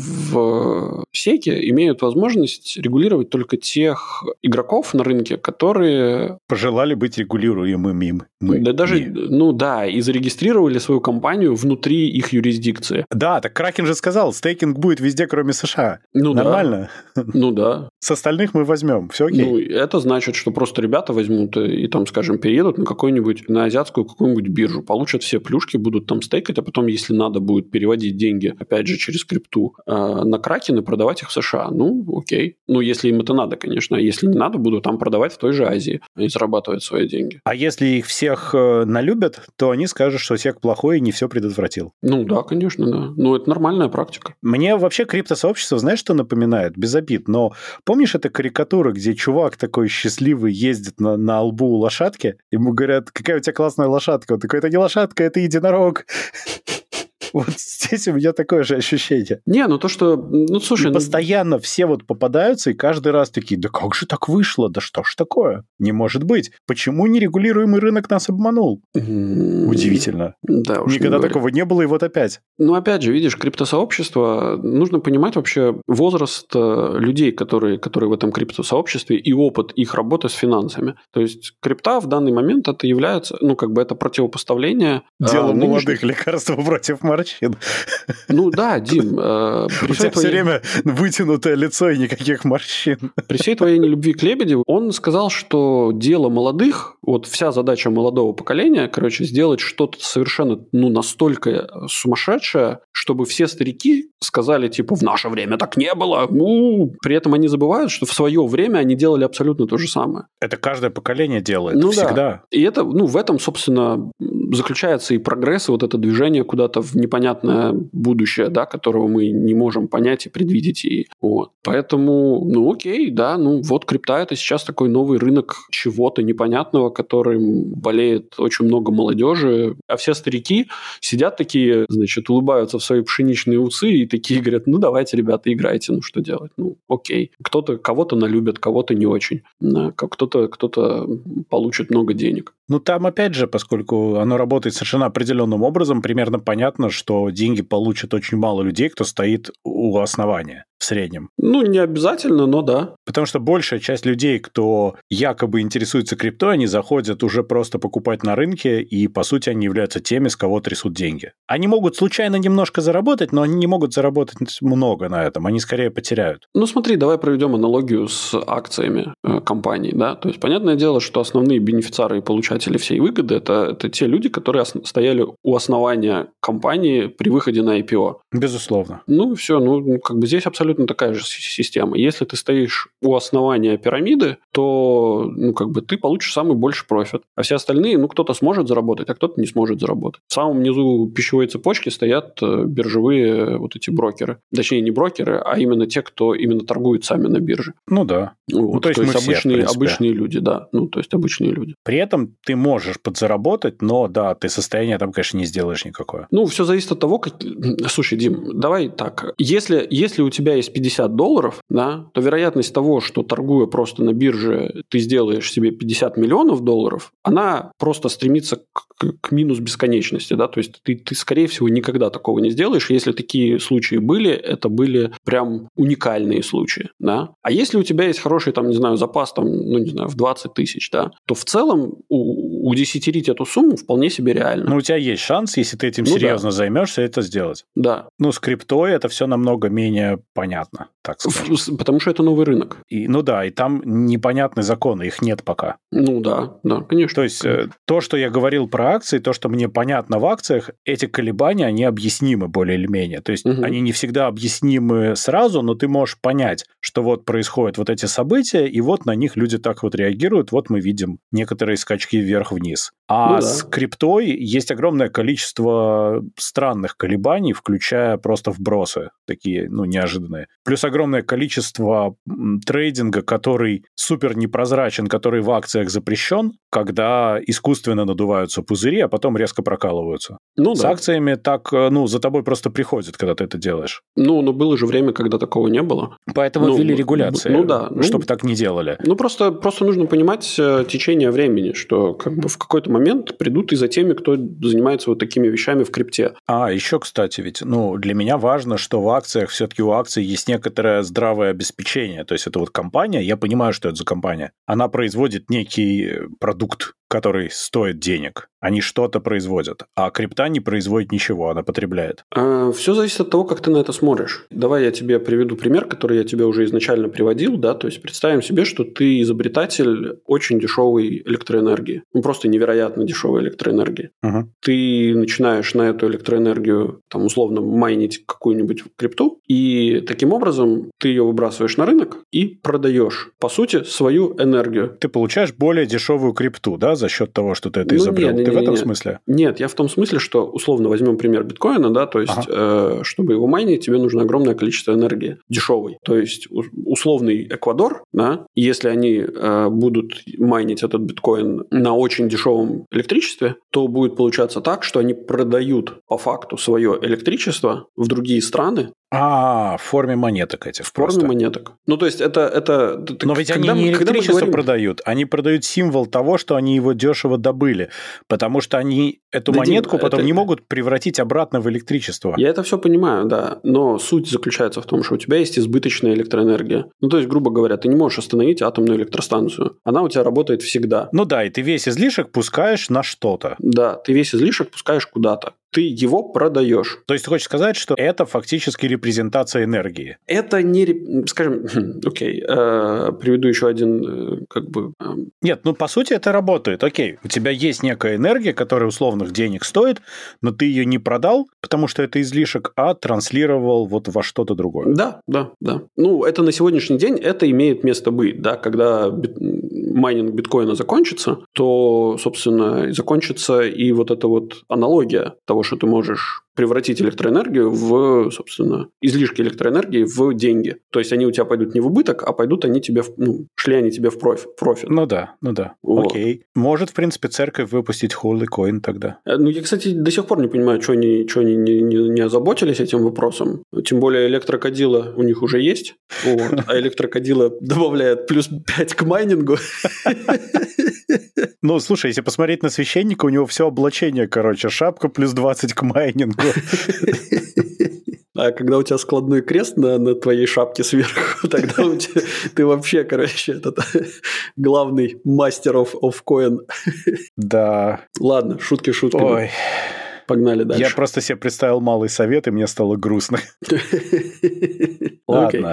в секе имеют возможность регулировать только тех игроков на рынке, которые... Пожелали быть регулируемыми. Мы. Да даже, ну да, и зарегистрировали свою компанию внутри их юрисдикции. Да, так Кракен же сказал, стейкинг будет везде, кроме США. Ну нормально? Да. Ну да. С остальных мы возьмем, все окей. Ну, это значит, что просто ребята возьмут и там, скажем, переедут на какую-нибудь, на азиатскую какую-нибудь биржу, получат все плюшки, будут там стейкать, а потом, если надо будет переводить деньги, опять же, через крипту э, на Кракен и продавать их в США. Ну, окей. Ну, если им это надо, конечно. А если не надо, буду там продавать в той же Азии и зарабатывать свои деньги. А если их всех э, налюбят, то они скажут, что сек плохой и не все предотвратил. Ну, да, конечно, да. Ну, это нормальная практика. Мне вообще криптосообщество, знаешь, что напоминает? Без обид, но помнишь эту карикатуру, где чувак такой счастливый ездит на, на лбу у лошадки, ему говорят, какая у тебя классная лошадка? Он такой, это не лошадка, это единорог. Вот здесь у меня такое же ощущение. Не, ну то, что... Ну, слушай... И постоянно все вот попадаются, и каждый раз такие, да как же так вышло? Да что ж такое? Не может быть. Почему нерегулируемый рынок нас обманул? Mm-hmm. Удивительно. Да, уж никогда не такого не было, и вот опять. Ну, опять же, видишь, криптосообщество, нужно понимать вообще возраст людей, которые, которые в этом криптосообществе, и опыт их работы с финансами. То есть крипта в данный момент это является, ну, как бы это противопоставление... Дело а, молодых, нынешних... лекарства против морщин. Ну да, Дим. Э, У тебя твоей... все время вытянутое лицо и никаких морщин. При всей твоей нелюбви к Лебедеву, он сказал, что дело молодых, вот вся задача молодого поколения, короче, сделать что-то совершенно, ну, настолько сумасшедшее, чтобы все старики сказали, типа, в наше время так не было. У-у-у. При этом они забывают, что в свое время они делали абсолютно то же самое. Это каждое поколение делает, ну, всегда. Да. И это, ну, в этом, собственно, заключается и прогресс, и вот это движение куда-то в непонятное будущее, да, которого мы не можем понять и предвидеть. И, вот. Поэтому, ну, окей, да, ну, вот крипта – это сейчас такой новый рынок чего-то непонятного, которым болеет очень много молодежи, а все старики сидят такие, значит, улыбаются в свои пшеничные усы и такие говорят, ну, давайте, ребята, играйте, ну, что делать? Ну, окей. Кто-то, кого-то налюбят, кого-то не очень. Кто-то, кто-то получит много денег. Ну, там, опять же, поскольку оно работает совершенно определенным образом, примерно понятно, что деньги получат очень мало людей, кто стоит у основания в среднем. Ну, не обязательно, но да. Потому что большая часть людей, кто якобы интересуется криптой, они заходят уже просто покупать на рынке, и, по сути, они являются теми, с кого трясут деньги. Они могут случайно немножко заработать, но они не могут заработать много на этом, они скорее потеряют. Ну, смотри, давай проведем аналогию с акциями э, компаний, да, то есть, понятное дело, что основные бенефициары и получатели всей выгоды это, это те люди, которые ос- стояли у основания компании при выходе на ай пи о. Безусловно. Ну, все, ну, как бы здесь абсолютно абсолютно такая же система. Если ты стоишь у основания пирамиды, то, ну, как бы ты получишь самый больший профит. А все остальные, ну, кто-то сможет заработать, а кто-то не сможет заработать. В самом низу пищевой цепочки стоят биржевые вот эти брокеры. Точнее, не брокеры, а именно те, кто именно торгует сами на бирже. Ну да. Вот. Ну, то есть, то есть мы обычные, все, обычные люди, да. Ну, то есть обычные люди. При этом ты можешь подзаработать, но да, ты состояние там, конечно, не сделаешь никакое. Ну, все зависит от того, как... Слушай, Дим, давай так. Если, если у тебя есть пятьдесят долларов, да, то вероятность того, что торгуя просто на бирже, ты сделаешь себе пятьдесят миллионов долларов, она просто стремится к, к минус бесконечности, да, то есть ты, ты, скорее всего, никогда такого не сделаешь. Если такие случаи были, это были прям уникальные случаи, да. А если у тебя есть хороший, там, не знаю, запас, там, ну, не знаю, в двадцать тысяч, да, то в целом у, удесятерить эту сумму вполне себе реально. Ну, у тебя есть шанс, если ты этим ну, серьезно да. займешься, это сделать. Да. Ну, с криптой это все намного менее понятно, так сказать. Потому что это новый рынок. И, ну да, и там непонятны законы, их нет пока. Ну да, да, конечно. То есть, конечно. то, что я говорил про акции, то, что мне понятно в акциях, эти колебания, они объяснимы более или менее. То есть, угу. они не всегда объяснимы сразу, но ты можешь понять, что вот происходят вот эти события, и вот на них люди так вот реагируют, вот мы видим некоторые скачки вверх-вниз. А ну, да. с криптой есть огромное количество странных колебаний, включая просто вбросы, такие, ну, неожиданные. Плюс огромное количество трейдинга, который супер непрозрачен, который в акциях запрещен, когда искусственно надуваются пузыри, а потом резко прокалываются. Ну, с да. акциями так, ну, за тобой просто приходят, когда ты это делаешь. Ну, но было же время, когда такого не было. Поэтому ну, ввели регуляции, ну, да. чтобы ну, так не делали. Ну, просто, просто нужно понимать э, течение времени, что как бы в какой-то момент придут и за теми, кто занимается вот такими вещами в крипте. А, еще, кстати, ведь, ну, для меня важно, что в акциях все-таки у акций есть некоторое здравое обеспечение. То есть, это вот компания, я понимаю, что это за компания. Она производит некий продукт, который стоит денег. Они что-то производят. А крипта не производит ничего, она потребляет. А, все зависит от того, как ты на это смотришь. Давай я тебе приведу пример, который я тебе уже изначально приводил. Да? То есть, представим себе, что ты изобретатель очень дешевой электроэнергии. Ну, просто невероятно дешевой электроэнергии. Угу. Ты начинаешь на эту электроэнергию, там, условно, майнить какую-нибудь крипту, и таким образом ты ее выбрасываешь на рынок и продаешь, по сути, свою энергию. Ты получаешь более дешевую крипту, да, за счет того, что ты это ну, изобрел. Нет, ты нет, в этом нет. смысле? Нет, я в том смысле, что, условно, возьмем пример биткоина, да, то есть, ага. э, чтобы его майнить, тебе нужно огромное количество энергии дешевой. То есть, условный Эквадор, да, если они э, будут майнить этот биткоин на очень дешевом электричестве, то будет получаться так, что они продают по факту свое электричество в другие страны. А, в форме монеток этих. В форме просто. монеток. Ну, то есть, это... это Но ведь они не мы, электричество говорим... продают, они продают символ того, что они его дешево добыли, потому что они эту да, монетку Дим, потом это... не могут превратить обратно в электричество. Я это все понимаю, да, но суть заключается в том, что у тебя есть избыточная электроэнергия. Ну, то есть, грубо говоря, ты не можешь остановить атомную электростанцию. Она у тебя работает всегда. Ну да, и ты весь излишек пускаешь на что-то. Да, ты весь излишек пускаешь куда-то. Ты его продаешь. То есть, ты хочешь сказать, что это фактически репрезентация энергии? Это не... Скажем, окей, э, приведу еще один, э, как бы... Э... Нет, ну, по сути, это работает. Окей, у тебя есть некая энергия, которая условных денег стоит, но ты ее не продал, потому что это излишек, а транслировал вот во что-то другое. Да, да, да. Ну, это на сегодняшний день, это имеет место быть, да, когда бит... майнинг биткоина закончится, то, собственно, закончится и вот эта вот аналогия того, что ты можешь превратить электроэнергию в, собственно, излишки электроэнергии в деньги. То есть, они у тебя пойдут не в убыток, а пойдут они тебе, в, ну, шли они тебе в профит. Ну да, ну да. Вот. Окей. Может, в принципе, церковь выпустить Holy Coin тогда. Ну, я, кстати, до сих пор не понимаю, что они, что они не, не, не озаботились этим вопросом. Тем более, электрокадила у них уже есть, вот, а электрокадила добавляет плюс пять к майнингу. Ну, слушай, если посмотреть на священника, у него все облачение, короче, шапка плюс двадцать к майнингу. А когда у тебя складной крест на, на твоей шапке сверху, тогда у тебя, ты вообще, короче, этот главный мастер of, of coin. Да. Ладно, шутки шутками. Ой. Погнали дальше. Я просто себе представил Малый Совет, и мне стало грустно. Ладно.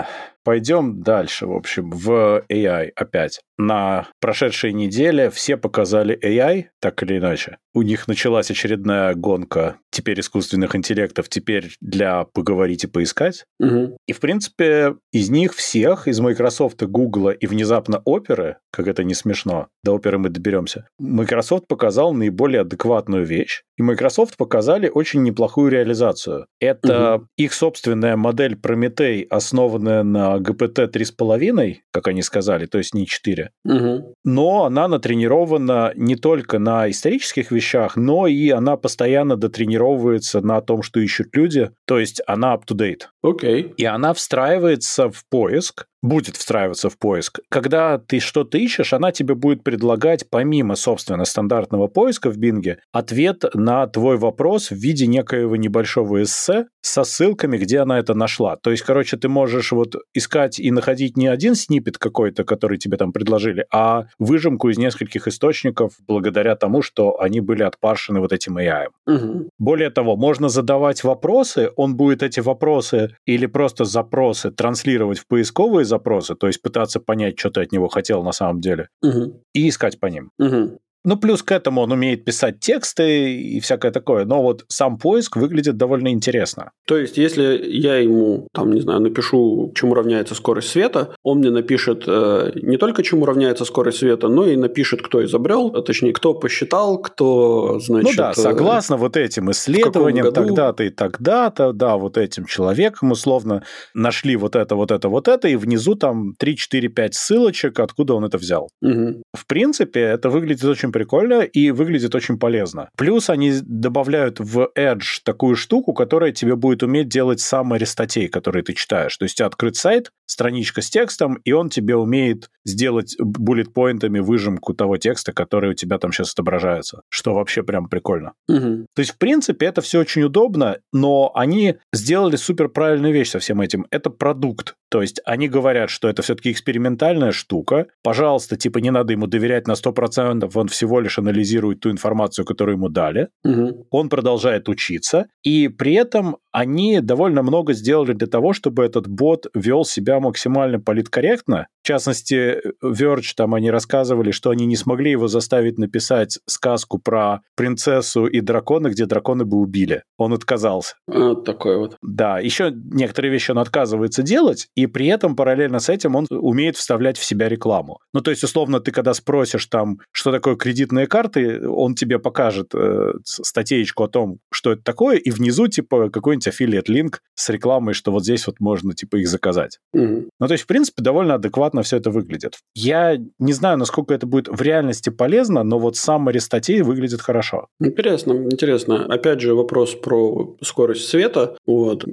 Пойдем дальше, в общем, в эй ай опять. На прошедшей неделе все показали эй ай, так или иначе. У них началась очередная гонка теперь искусственных интеллектов, теперь для поговорить и поискать. Угу. И, в принципе, из них всех, из Microsoft, Google и внезапно Opera, как это не смешно, до Opera мы доберемся, Microsoft показал наиболее адекватную вещь, и Microsoft показали очень неплохую реализацию. Это угу. их собственная модель Prometei, основанная на джи пи ти три с половиной, как они сказали, то есть не четыре. Угу. Но она натренирована не только на исторических вещах, но и она постоянно дотренировывается на том, что ищут люди, то есть она up-to-date. Окей. И она встраивается в поиск, будет встраиваться в поиск. Когда ты что-то ищешь, она тебе будет предлагать, помимо, собственно, стандартного поиска в Bing, ответ на твой вопрос в виде некоего небольшого эссе со ссылками, где она это нашла. То есть, короче, ты можешь вот искать и находить не один сниппет какой-то, который тебе там предложили, а выжимку из нескольких источников благодаря тому, что они были отпаршены вот этим эй ай. Угу. Более того, можно задавать вопросы, он будет эти вопросы или просто запросы транслировать в поисковые запросы, то есть пытаться понять, что ты от него хотел на самом деле, угу. и искать по ним. Угу. Ну, плюс к этому он умеет писать тексты и всякое такое, но вот сам поиск выглядит довольно интересно. То есть, если я ему, там, не знаю, напишу, чему равняется скорость света, он мне напишет э, не только чему равняется скорость света, но и напишет, кто изобрел, а точнее, кто посчитал, кто, значит... Ну да, согласно э, вот этим исследованиям, тогда-то и тогда-то, да, вот этим человеком условно нашли вот это, вот это, вот это, и внизу там три, четыре, пять ссылочек, откуда он это взял. Угу. В принципе, это выглядит очень прикольно и выглядит очень полезно. Плюс они добавляют в Edge такую штуку, которая тебе будет уметь делать саммари статей, которые ты читаешь. То есть у тебя открыт сайт, страничка с текстом, и он тебе умеет сделать буллет-поинтами выжимку того текста, который у тебя там сейчас отображается. Что вообще прям прикольно. Угу. То есть, в принципе, это все очень удобно, но они сделали супер правильную вещь со всем этим. Это продукт. То есть они говорят, что это все-таки экспериментальная штука. Пожалуйста, типа не надо ему доверять на сто процентов, он всего лишь анализирует ту информацию, которую ему дали. Угу. Он продолжает учиться, и при этом они довольно много сделали для того, чтобы этот бот вел себя максимально политкорректно. В частности, Verge, там они рассказывали, что они не смогли его заставить написать сказку про принцессу и дракона, где драконы бы убили. Он отказался. Вот такой вот. Да, еще некоторые вещи он отказывается делать, и при этом параллельно с этим он умеет вставлять в себя рекламу. Ну, то есть, условно, ты когда спросишь там, что такое кредитные карты, он тебе покажет э, статейку о том, что это такое, и внизу, типа, какой-нибудь аффилиат-линк с рекламой, что вот здесь вот можно, типа, их заказать. Угу. Ну, то есть, в принципе, довольно адекватно все это выглядит. Я не знаю, насколько это будет в реальности полезно, но вот саммари статей выглядит хорошо. Интересно, интересно. Опять же, вопрос про скорость света. Вот.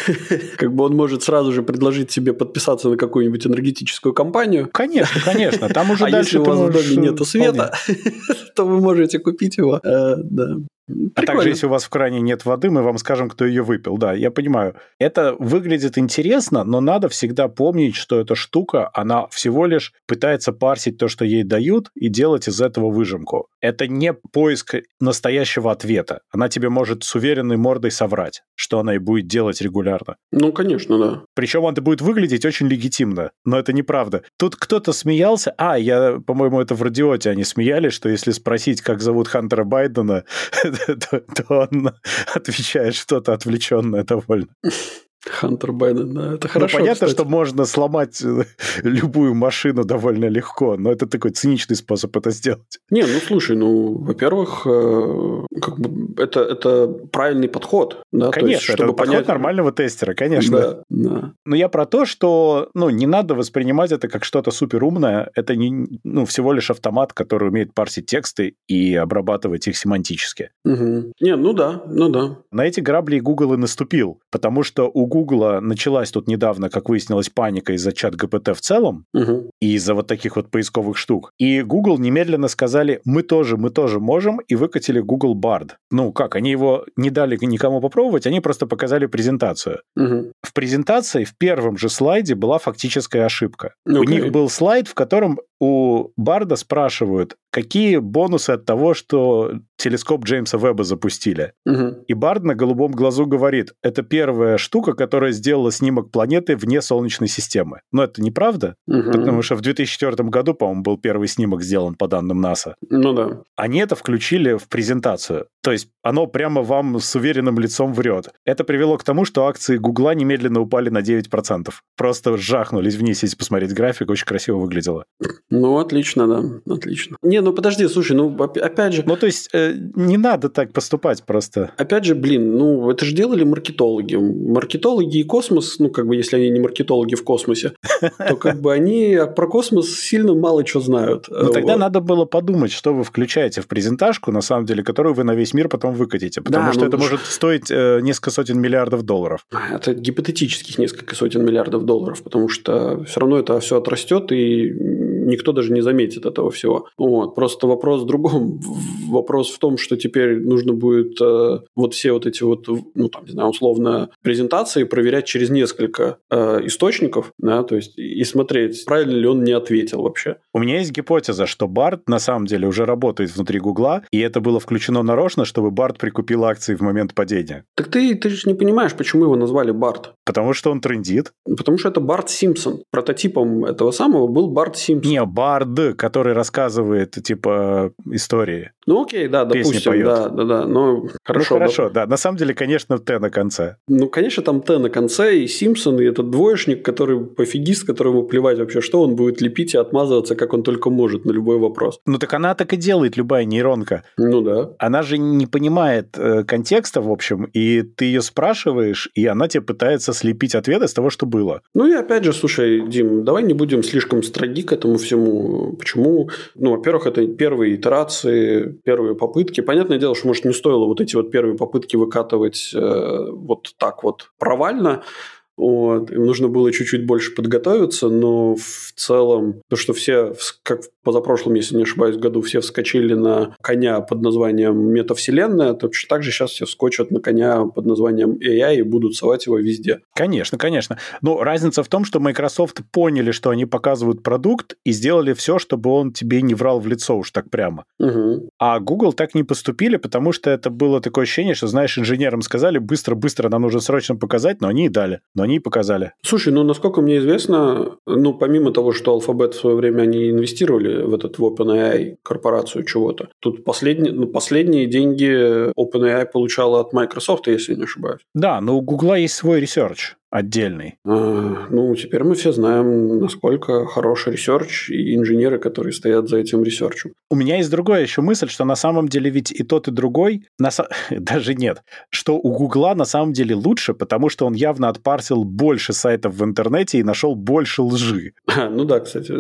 Как бы он может сразу же предложить себе подписаться на какую-нибудь энергетическую компанию. Конечно, конечно. Там уже дальше ты можешь... А если у вас в доме нету света, то вы можете купить его. Да. Прикольно. А также, если у вас в кране нет воды, мы вам скажем, кто ее выпил. Да, я понимаю. Это выглядит интересно, но надо всегда помнить, что эта штука, она всего лишь пытается парсить то, что ей дают, и делать из этого выжимку. Это не поиск настоящего ответа. Она тебе может с уверенной мордой соврать, что она и будет делать регулярно. Ну, конечно, да. Причем это будет выглядеть очень легитимно, но это неправда. Тут кто-то смеялся, а, я, по-моему, это в Радиоте они смеялись, что если спросить, как зовут Хантера Байдена, то, то он отвечает что-то отвлеченное довольно. Хантер Байден, да, это хорошо. Ну, понятно, кстати. что можно сломать любую машину довольно легко, но это такой циничный способ это сделать. Не, ну слушай, ну, во-первых, э, как бы это, это правильный подход. Да? Конечно, то есть, чтобы это понять... подход нормального тестера, конечно. Да, да. Но я про то, что ну, не надо воспринимать это как что-то суперумное. Это не, ну, всего лишь автомат, который умеет парсить тексты и обрабатывать их семантически. Угу. Не, ну да, ну да. На эти грабли Google и наступил, потому что у Гугла началась тут недавно, как выяснилось, паника из-за чат джи пи ти в целом, угу. и из-за вот таких вот поисковых штук. И Google немедленно сказали, мы тоже, мы тоже можем, и выкатили Google Bard. Ну как, они его не дали никому попробовать, они просто показали презентацию. Угу. В презентации в первом же слайде была фактическая ошибка. Okay. У них был слайд, в котором у Барда спрашивают, какие бонусы от того, что телескоп Джеймса Веба запустили. Угу. И Бард на голубом глазу говорит, это первая штука, которая сделала снимок планеты вне Солнечной системы. Но это неправда, угу. потому что в две тысячи четвёртом году, по-моему, был первый снимок сделан по данным НАСА. Ну да. Они это включили в презентацию. То есть оно прямо вам с уверенным лицом врет. Это привело к тому, что акции Гугла немедленно упали на девять процентов. Просто жахнулись вниз, если посмотреть график, очень красиво выглядело. Ну, отлично, да, отлично. Не, ну подожди, слушай, ну опять же... Ну, то есть э, не надо так поступать просто. Опять же, блин, ну это же делали маркетологи. Маркетологи и космос, ну как бы если они не маркетологи в космосе, то как бы они про космос сильно мало что знают. Ну тогда надо было подумать, что вы включаете в презентажку, на самом деле, которую вы на весь мир потом выкатите. Потому да, что ну, это может стоить э, несколько сотен миллиардов долларов. Это гипотетических несколько сотен миллиардов долларов, потому что все равно это все отрастет, и никто даже не заметит этого всего. Вот. Просто вопрос в другом. Вопрос в том, что теперь нужно будет э, вот все вот эти вот, ну, там, не знаю, условно, презентации проверять через несколько э, источников, да, то есть и смотреть, правильно ли он не ответил вообще. У меня есть гипотеза, что Бард на самом деле уже работает внутри Гугла, и это было включено нарочно, чтобы Бард прикупил акции в момент падения. Так ты, ты же не понимаешь, почему его назвали Бард. Потому что он трендит. Потому что это Барт Симпсон. Прототипом этого самого был Барт Симпсон. Не, Бард, который рассказывает, типа, истории. Ну, окей, да, допустим, да, да, да, но хорошо. Ну, хорошо, да. да. На самом деле, конечно, Т на конце. Ну, конечно, там Т на конце, и Симпсон, и этот двоечник, который пофигист, которому плевать вообще, что он будет лепить и отмазываться, как он только может, на любой вопрос. Ну, так она так и делает, любая нейронка. Ну, да. Она же не понимает э, контекста, в общем, и ты ее спрашиваешь, и она тебе пытается слепить ответ из того, что было. Ну, и опять же, слушай, Дим, давай не будем слишком строги к этому всему. Почему? Ну, во-первых, это первые итерации, первые попытки. Понятное дело, что, может, не стоило вот эти вот первые попытки выкатывать э, вот так вот провально. Вот. Им нужно было чуть-чуть больше подготовиться, но в целом то, что все, как в позапрошлом, если не ошибаюсь, году, все вскочили на коня под названием метавселенная, то точно так же сейчас все вскочат на коня под названием эй ай и будут совать его везде. Конечно, конечно. Но разница в том, что Microsoft поняли, что они показывают продукт и сделали все, чтобы он тебе не врал в лицо уж так прямо. Угу. А Google так не поступили, потому что это было такое ощущение, что, знаешь, инженерам сказали, быстро-быстро нам нужно срочно показать, но они и дали. Но они и показали. Слушай, ну, насколько мне известно, ну, помимо того, что Alphabet в свое время они инвестировали в этот, в OpenAI корпорацию чего-то, тут последние, ну, последние деньги OpenAI получала от Microsoft, если не ошибаюсь. Да, но у Google есть свой ресерч отдельный. А, ну, теперь мы все знаем, насколько хороший ресерч и инженеры, которые стоят за этим ресерчем. У меня есть другая еще мысль, что на самом деле ведь и тот, и другой, на со... даже нет, что у Гугла на самом деле лучше, потому что он явно отпарсил больше сайтов в интернете и нашел больше лжи. А, ну да, кстати.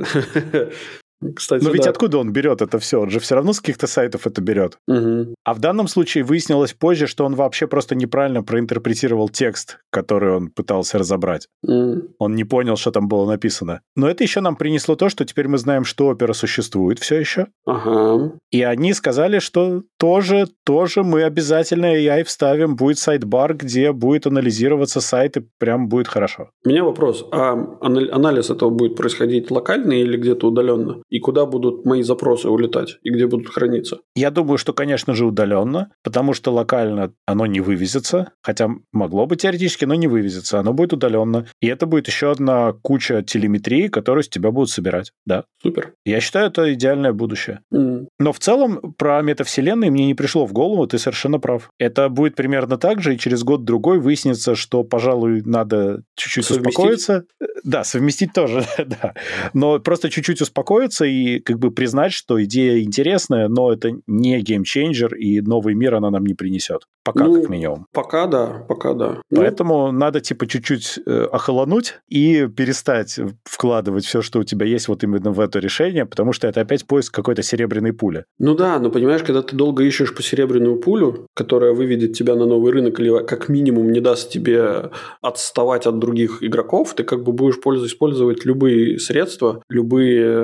Кстати, Но ведь да. откуда он берет это все? Он же все равно с каких-то сайтов это берет. Угу. А в данном случае выяснилось позже, что он вообще просто неправильно проинтерпретировал текст, который он пытался разобрать. Mm. Он не понял, что там было написано. Но это еще нам принесло то, что теперь мы знаем, что опера существует все еще. Ага. И они сказали, что тоже, тоже мы обязательно эй ай вставим, будет сайт-бар, где будет анализироваться сайт, и прям будет хорошо. У меня вопрос. А анализ этого будет происходить локально или где-то удаленно? И куда будут мои запросы улетать? И где будут храниться? Я думаю, что, конечно же, удаленно, потому что локально оно не вывезется, хотя могло бы теоретически, но не вывезется. Оно будет удаленно. И это будет еще одна куча телеметрии, которую с тебя будут собирать. Да. Супер. Я считаю, это идеальное будущее. Mm. Но в целом про метавселенные мне не пришло в голову, ты совершенно прав. Это будет примерно так же, и через год-другой выяснится, что, пожалуй, надо чуть-чуть совместить? успокоиться. Да, совместить тоже, да. Но просто чуть-чуть успокоиться и как бы признать, что идея интересная, но это не геймчейнджер, и новый мир она нам не принесет. Пока, ну, как минимум. Пока да, пока да. Поэтому ну... надо типа чуть-чуть э, охолонуть и перестать вкладывать все, что у тебя есть вот именно в это решение, потому что это опять поиск какой-то серебряной пули. Ну да, но понимаешь, когда ты долго ищешь по серебряную пулю, которая выведет тебя на новый рынок или как минимум не даст тебе отставать от других игроков, ты как бы будешь использовать любые средства, любые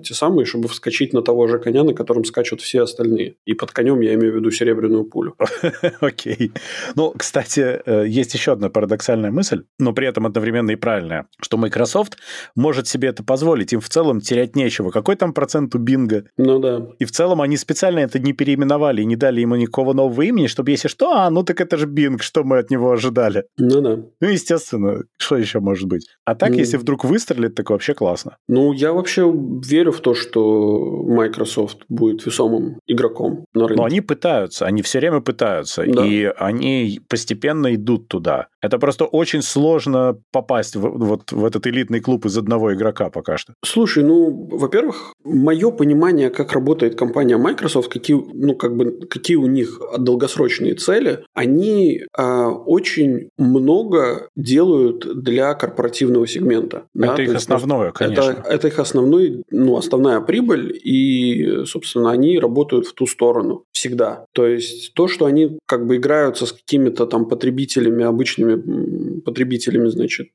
эти самые, чтобы вскочить на того же коня, на котором скачут все остальные. И под конем я имею в виду серебряную пулю. Окей. Ну, кстати, есть еще одна парадоксальная мысль, но при этом одновременно и правильная, что Microsoft может себе это позволить. Им в целом терять нечего. Какой там процент у Bing? Ну да. И в целом они специально это не переименовали и не дали ему никакого нового имени, чтобы если что, а, ну так это же Bing, что мы от него ожидали. Ну да. Ну, естественно, что еще может быть? А так, mm. если вдруг выстрелит, так вообще классно. Ну, я вообще верю в то, что Microsoft будет весомым игроком на рынке. Но они пытаются, они все время пытаются, да. И они постепенно идут туда. Это просто очень сложно попасть в, вот в этот элитный клуб из одного игрока пока что. Слушай, ну, во-первых, мое понимание, как работает компания Microsoft, какие, ну, как бы, какие у них долгосрочные цели, они а, очень много делают для корпоративного сегмента. Это да? их есть, основное, конечно. Это, это их основной, ну, основная прибыль, и, собственно, они работают в ту сторону всегда. То есть то, что они как бы играются с какими-то там потребителями, обычными потребителями, значит,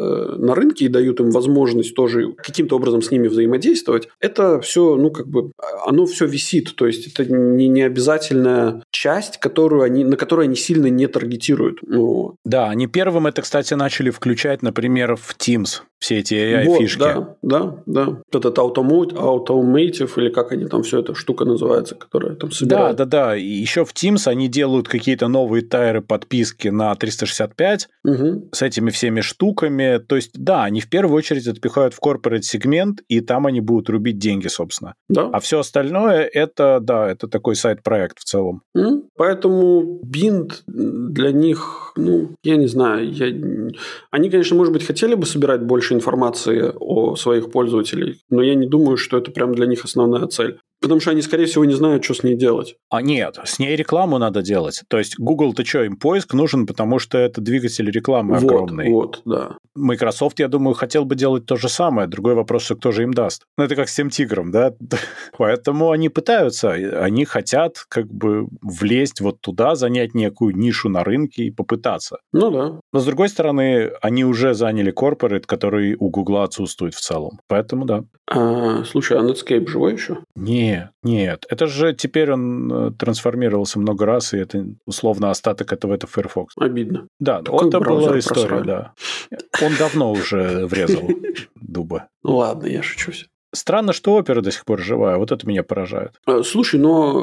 на рынке и дают им возможность тоже каким-то образом с ними взаимодействовать, это все, ну, как бы, оно все висит. То есть это не, не обязательная часть, которую они, на которую они сильно не таргетируют. Вот. Да, они первым это, кстати, начали включать, например, в Teams. Все эти эй ай-фишки. Вот, да, да, да. Этот automotive, automotive, или как они там, все эта штука называется, которая там собирает. Да, да, да. И еще в Teams они делают какие-то новые тайры подписки на триста шестьдесят пять угу. с этими всеми штуками. То есть, да, они в первую очередь отпихают в corporate сегмент, и там они будут рубить деньги, собственно. Да. А все остальное, это, да, это такой сайд-проект в целом. Mm. Поэтому Bing для них, ну, я не знаю, я... они, конечно, может быть, хотели бы собирать больше информации о своих пользователях, но я не думаю, что это прям для них основная цель. Потому что они, скорее всего, не знают, что с ней делать. А нет, с ней рекламу надо делать. То есть Google-то что, им поиск нужен, потому что это двигатель рекламы вот, огромный. Вот, да. Microsoft, я думаю, хотел бы делать то же самое. Другой вопрос, что кто же им даст. Ну, это как с тем тигром, да? Поэтому они пытаются. Они хотят как бы влезть вот туда, занять некую нишу на рынке и попытаться. Ну да. Но, с другой стороны, они уже заняли corporate, который у Google отсутствует в целом. Поэтому да. А, слушай, а Netscape живой еще? Нет, нет. Это же теперь он трансформировался много раз, и это условно остаток этого это Firefox. Обидно. Да, Такой это была история, просрали. Да. Он давно уже врезал дуба. Ну ладно, я шучу все. Странно, что Opera до сих пор живая. Вот это меня поражает. Слушай,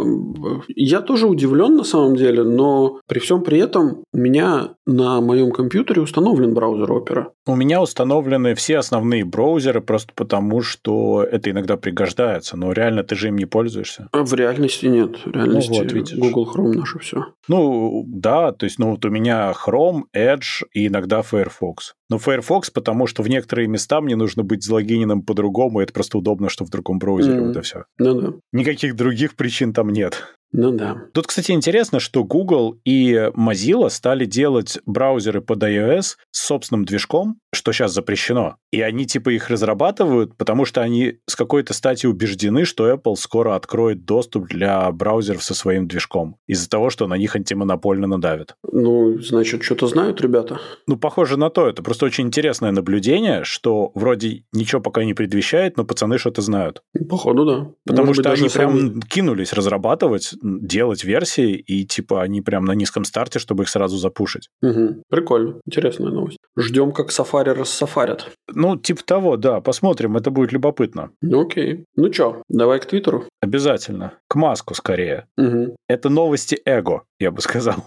но я тоже удивлен на самом деле, но при всем при этом у меня на моем компьютере установлен браузер Opera. У меня установлены все основные браузеры просто потому, что это иногда пригождается. Но реально ты же им не пользуешься. А в реальности нет. В реальности ну, вот, видишь. Google Chrome наше все. Ну, да, то есть ну, вот у меня Chrome, Edge и иногда Firefox. Но Firefox, потому что в некоторые места мне нужно быть залогиненным по-другому, и это просто удобно, что в другом браузере, mm. вот и все. Ну да. Никаких других причин там нет. Ну да. Тут, кстати, интересно, что Google и Mozilla стали делать браузеры под iOS с собственным движком, что сейчас запрещено. И они типа их разрабатывают, потому что они с какой-то стати убеждены, что Apple скоро откроет доступ для браузеров со своим движком. Из-за того, что на них антимонопольно надавят. Ну, значит, что-то знают ребята. Ну, похоже на то. Это просто очень интересное наблюдение, что вроде ничего пока не предвещает, но пацаны что-то знают. Походу, да. Потому Может что быть, они даже прям сами... кинулись разрабатывать, делать версии, и типа они прям на низком старте, чтобы их сразу запушить. Угу. Прикольно. Интересная новость. Ждем, как Safari рассафарят. Ну, типа того, да. Посмотрим, это будет любопытно. Ну, окей. Ну что, давай к Твиттеру? Обязательно. К Маску скорее. Угу. Это новости эго, я бы сказал.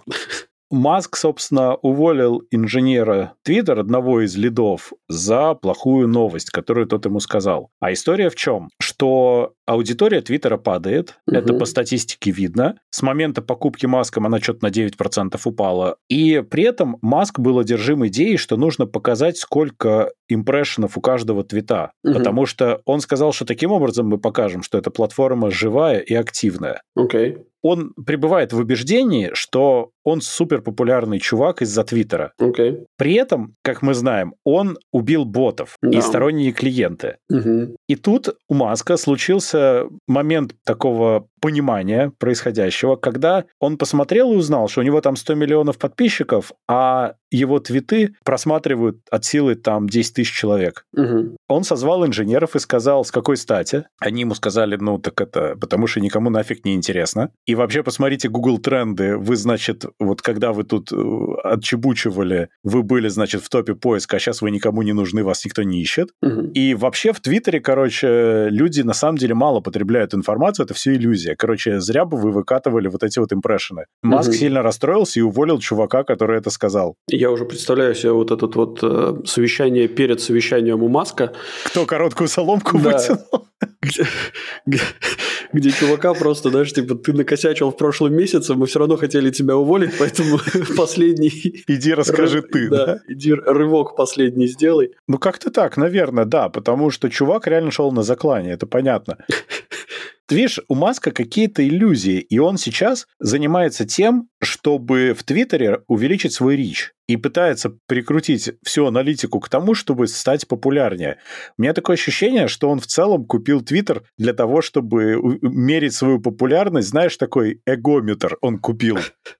Маск, собственно, уволил инженера Twitter, одного из лидов, за плохую новость, которую тот ему сказал. А история в чем? Что аудитория Твиттера падает, угу. это по статистике видно. С момента покупки Маском она что-то на девять процентов упала. И при этом Маск был одержим идеей, что нужно показать, сколько импрессионов у каждого твита. Угу. Потому что он сказал, что таким образом мы покажем, что эта платформа живая и активная. Окей. Он пребывает в убеждении, что он суперпопулярный чувак из-за Твиттера. Okay. При этом, как мы знаем, он убил ботов yeah. и сторонние клиенты. Uh-huh. И тут у Маска случился момент такого понимания происходящего, когда он посмотрел и узнал, что у него там сто миллионов подписчиков, а его твиты просматривают от силы там десять тысяч человек. Угу. Он созвал инженеров и сказал, с какой стати. Они ему сказали, ну, так это потому что никому нафиг не интересно. И вообще, посмотрите Google тренды. Вы, значит, вот когда вы тут отчебучивали, вы были, значит, в топе поиска, а сейчас вы никому не нужны, вас никто не ищет. Угу. И вообще в Твиттере, короче, люди на самом деле мало потребляют информацию, это все иллюзия. Короче, зря бы вы выкатывали вот эти вот импрессионы. Маск Угу. сильно расстроился и уволил чувака, который это сказал. Я уже представляю себе вот это вот э, совещание перед совещанием у Маска. Кто короткую соломку Да. вытянул? Где, где, где чувака просто, знаешь, типа, ты накосячил в прошлом месяце, мы все равно хотели тебя уволить, поэтому последний... Иди расскажи ры- ты. Да, иди рывок последний сделай. Ну, как-то так, наверное, да, потому что чувак реально шел на заклание, это понятно. Ты видишь, у Маска какие-то иллюзии, и он сейчас занимается тем, чтобы в Твиттере увеличить свой рич и пытается прикрутить всю аналитику к тому, чтобы стать популярнее. У меня такое ощущение, что он в целом купил Твиттер для того, чтобы мерить свою популярность, знаешь, такой эгометр он купил.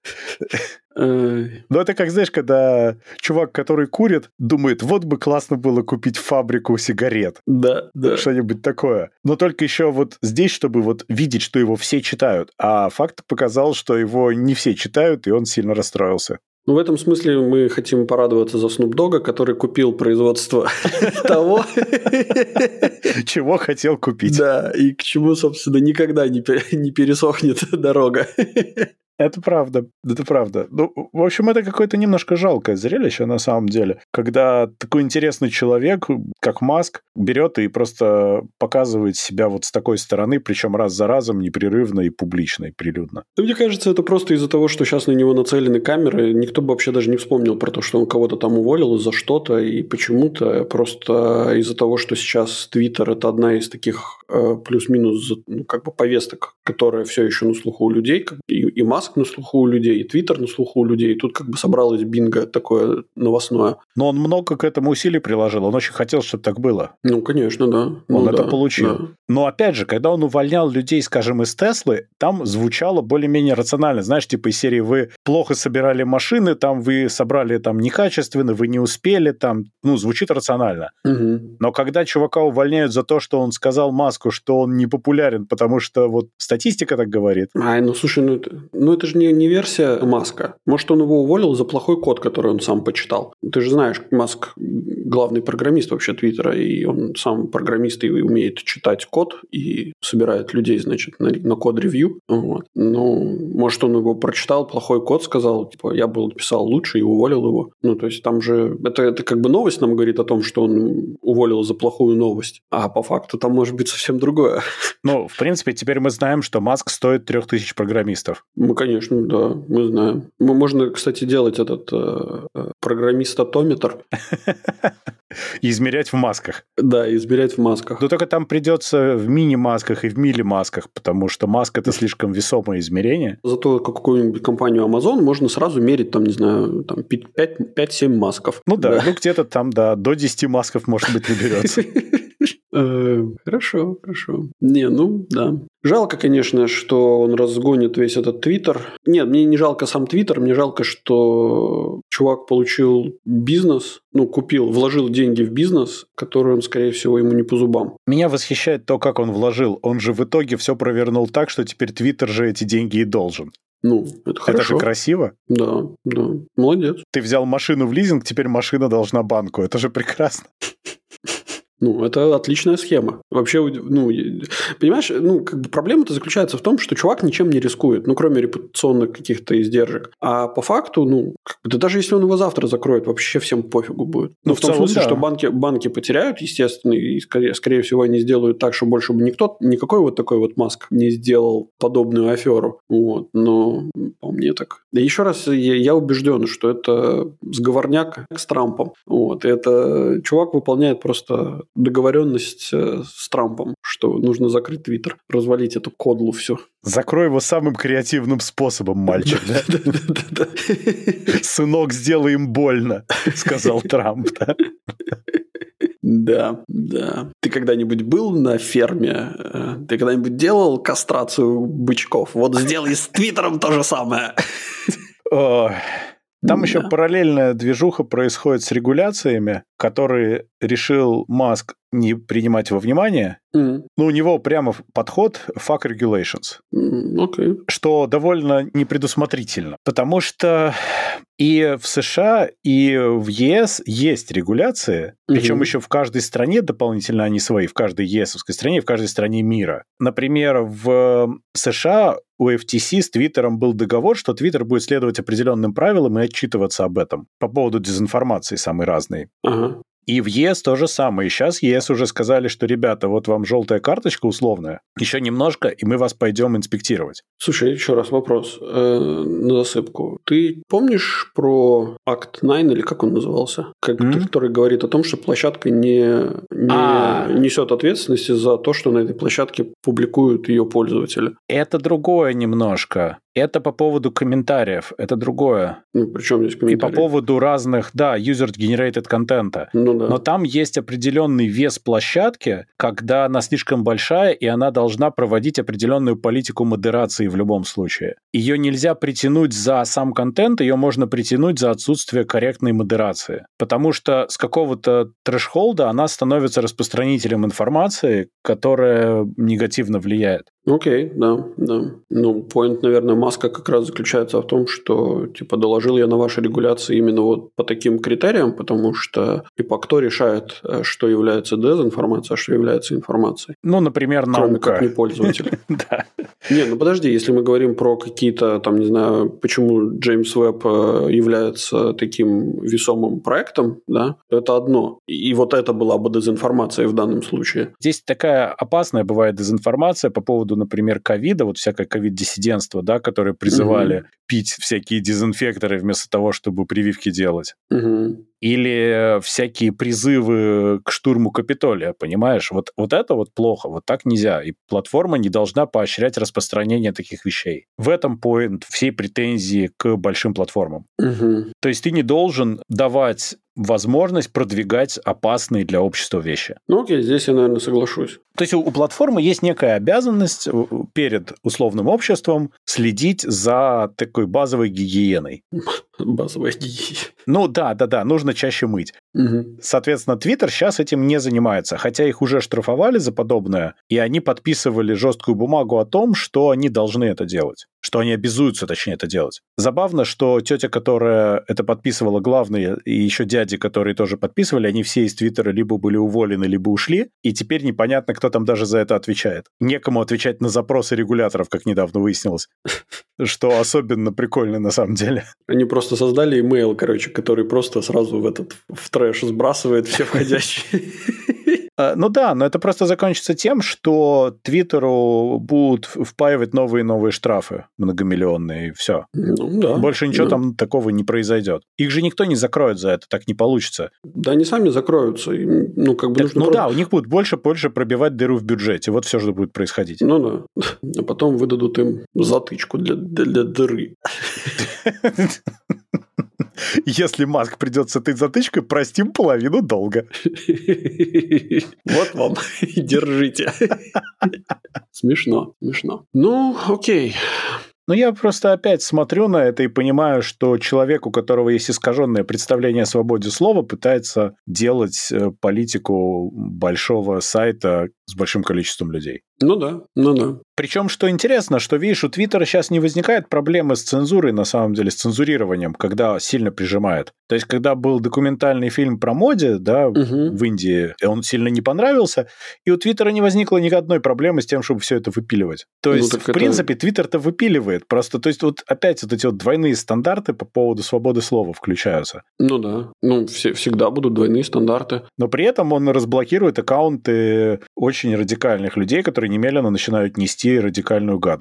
Ну, это как, знаешь, когда чувак, который курит, думает, вот бы классно было купить фабрику сигарет. Да, да. Что-нибудь такое. Но только еще вот здесь, чтобы вот видеть, что его все читают. А факт показал, что его не все читают, и он сильно расстроился. Ну, в этом смысле мы хотим порадоваться за Snoop Dogg, который купил производство того, чего хотел купить. Да, и к чему, собственно, никогда не пересохнет дорога. Это правда, это правда. Ну, в общем, это какое-то немножко жалкое зрелище на самом деле, когда такой интересный человек, как Маск, берет и просто показывает себя вот с такой стороны, причем раз за разом, непрерывно и публично, и прилюдно. Да, мне кажется, это просто из-за того, что сейчас на него нацелены камеры, никто бы вообще даже не вспомнил про то, что он кого-то там уволил за что-то и почему-то, просто из-за того, что сейчас Твиттер – это одна из таких э, плюс-минус ну, как бы повесток, которая все еще на слуху у людей, и, и Маск на слуху у людей, и Твиттер на слуху у людей. И тут как бы собралось бинго такое новостное. Но он много к этому усилий приложил. Он очень хотел, чтобы так было. Ну, конечно, да. Он ну, это да, получил. Да. Но опять же, когда он увольнял людей, скажем, из Теслы, там звучало более-менее рационально. Знаешь, типа из серии вы плохо собирали машины, там вы собрали там некачественно, вы не успели, там, ну, звучит рационально. Угу. Но когда чувака увольняют за то, что он сказал Маску, что он не популярен, потому что вот статистика так говорит. Ай, ну слушай, ну это, ну, это же не, не версия Маска. Может, он его уволил за плохой код, который он сам почитал. Ты же знаешь, Маск главный программист вообще Твиттера, и он сам программист и умеет читать код и собирает людей, значит, на, на код-ревью. Вот. Ну, может, он его прочитал, плохой код, сказал, типа, я был писал лучше и уволил его. Ну, то есть там же... Это, это как бы новость нам говорит о том, что он уволил за плохую новость. А по факту там может быть совсем другое. Ну, в принципе, теперь мы знаем, что Маск стоит трех тысяч программистов. Мы, конечно, да, мы знаем. Мы, можно, кстати, делать этот э, программист-атометр. И измерять в масках. Да, измерять в масках. Но только там придется в мини-масках и в мили-масках, потому что маска – это слишком весомое измерение. Зато какую-нибудь компанию Amazon можно сразу мерить, там, не знаю, там пять-семь масков. Ну да, да, ну где-то там, да, до десяти масков, может быть, наберется. Хорошо, хорошо. Не, ну, да. Жалко, конечно, что он разгонит весь этот Твиттер. Нет, мне не жалко сам Твиттер, мне жалко, что чувак получил бизнес, ну, купил, вложил деньги в бизнес, который он, скорее всего, ему не по зубам. Меня восхищает то, как он вложил. Он же в итоге все провернул так, что теперь Твиттер же эти деньги и должен. Ну, это хорошо. Это же красиво. Да, да. Молодец. Ты взял машину в лизинг, теперь машина должна банку. Это же прекрасно. Ну, это отличная схема. Вообще, ну, понимаешь, ну, как бы проблема-то заключается в том, что чувак ничем не рискует, ну, кроме репутационных каких-то издержек. А по факту, ну, как бы, да даже если он его завтра закроет, вообще всем пофигу будет. Ну, ну в, в том целом, смысле, да. что банки, банки потеряют, естественно, и, скорее, скорее всего, они сделают так, что больше бы никто, никакой вот такой вот Маск не сделал подобную аферу. Вот. Но по мне так. И еще раз, я, я убежден, что это сговорняк с Трампом. Вот. И это чувак выполняет просто договоренность с Трампом, что нужно закрыть Твиттер, развалить эту кодлу всю. Закрой его самым креативным способом, мальчик. Сынок, сделай им больно, сказал Трамп. Да, да. Ты когда-нибудь был на ферме? Ты когда-нибудь делал кастрацию бычков? Вот сделай с Твиттером то же самое. Там да. еще параллельная движуха происходит с регуляциями, которые решил Маск не принимать во внимание. Mm. Ну, у него прямо подход fuck regulations. Mm, okay. Что довольно непредусмотрительно. Потому что и в США, и в ЕС есть регуляции, mm-hmm. причем еще в каждой стране дополнительно они свои, в каждой ЕСовской стране, в каждой стране мира. Например, в США у эф ти си с Твиттером был договор, что Твиттер будет следовать определенным правилам и отчитываться об этом по поводу дезинформации самой разной. Uh-huh. И в ЕС то же самое. И сейчас ЕС уже сказали, что, ребята, вот вам желтая карточка условная, еще немножко, и мы вас пойдем инспектировать. Слушай, еще раз вопрос э, на засыпку. Ты помнишь про Акт девять, или как он назывался? Как, mm-hmm. Который говорит о том, что площадка не, не а... несет ответственности за то, что на этой площадке публикуют ее пользователи. Это другое немножко. Это по поводу комментариев, это другое. Ну, при чем здесь комментарии? И по поводу разных, да, user-generated контента. Ну, да. Но там есть определенный вес площадки, когда она слишком большая, и она должна проводить определенную политику модерации в любом случае. Ее нельзя притянуть за сам контент, ее можно притянуть за отсутствие корректной модерации. Потому что с какого-то трэшхолда она становится распространителем информации, которая негативно влияет. Окей, okay, да, да. Ну, поинт, наверное, Маска как раз заключается в том, что, типа, доложил я на ваши регуляции именно вот по таким критериям, потому что, типа, кто решает, что является дезинформацией, а что является информацией? Ну, например, наука. Кроме как не пользователь. Да. Не, ну подожди, если мы говорим про какие-то, там, не знаю, почему Джеймс Веб является таким весомым проектом, да, это одно. И вот это была бы дезинформация в данном случае. Здесь такая опасная бывает дезинформация по поводу, например, ковида, вот всякое ковид-диссидентство, да, которые призывали угу. пить всякие дезинфекторы вместо того, чтобы прививки делать. Угу. Или всякие призывы к штурму Капитолия, понимаешь? Вот, вот это вот плохо, вот так нельзя. И платформа не должна поощрять распространение таких вещей. В этом поинт всей претензии к большим платформам. Угу. То есть ты не должен давать возможность продвигать опасные для общества вещи. Ну окей, здесь я, наверное, соглашусь. То есть у платформы есть некая обязанность перед условным обществом следить за такой базовой гигиеной. Базовая гигиена. Ну да, да, да, нужно чаще мыть. Угу. Соответственно, Twitter сейчас этим не занимается, хотя их уже штрафовали за подобное, и они подписывали жесткую бумагу о том, что они должны это делать, что они обязуются, точнее, это делать. Забавно, что тетя, которая это подписывала, главные, и еще дяди, которые тоже подписывали, они все из Твиттера либо были уволены, либо ушли, и теперь непонятно, кто там даже за это отвечает. Некому отвечать на запросы регуляторов, как недавно выяснилось, что особенно прикольно на самом деле. Они просто создали имейл, короче, который просто сразу в этот в трэш сбрасывает все входящие. Ну да, но это просто закончится тем, что Твиттеру будут впаивать новые и новые штрафы многомиллионные, и все. Ну, да, Больше ничего да. там такого не произойдет. Их же никто не закроет за это, так не получится. Да, они сами закроются. Ну, как бы так, нужно ну просто... да, у них будет больше-больше пробивать дыру в бюджете. Вот все, что будет происходить. Ну да. А потом выдадут им затычку для, для, для дыры. Если Маск придет с этой затычкой, простим половину долга. Вот вам, держите. Смешно, смешно. Ну, окей. Ну, я просто опять смотрю на это и понимаю, что человек, у которого есть искаженное представление о свободе слова, пытается делать политику большого сайта с большим количеством людей. Ну да, ну да. Причем, что интересно, что, видишь, у Твиттера сейчас не возникает проблемы с цензурой, на самом деле, с цензурированием, когда сильно прижимает. То есть, когда был документальный фильм про моде, да, угу. в Индии, он сильно не понравился, и у Твиттера не возникло ни одной проблемы с тем, чтобы все это выпиливать. То есть, ну, в это... принципе, Твиттер-то выпиливает. Просто, то есть, вот опять вот эти вот двойные стандарты по поводу свободы слова включаются. Ну да, ну все, всегда будут двойные стандарты. Но при этом он разблокирует аккаунты очень радикальных людей, которые немедленно начинают нести радикальную гадость.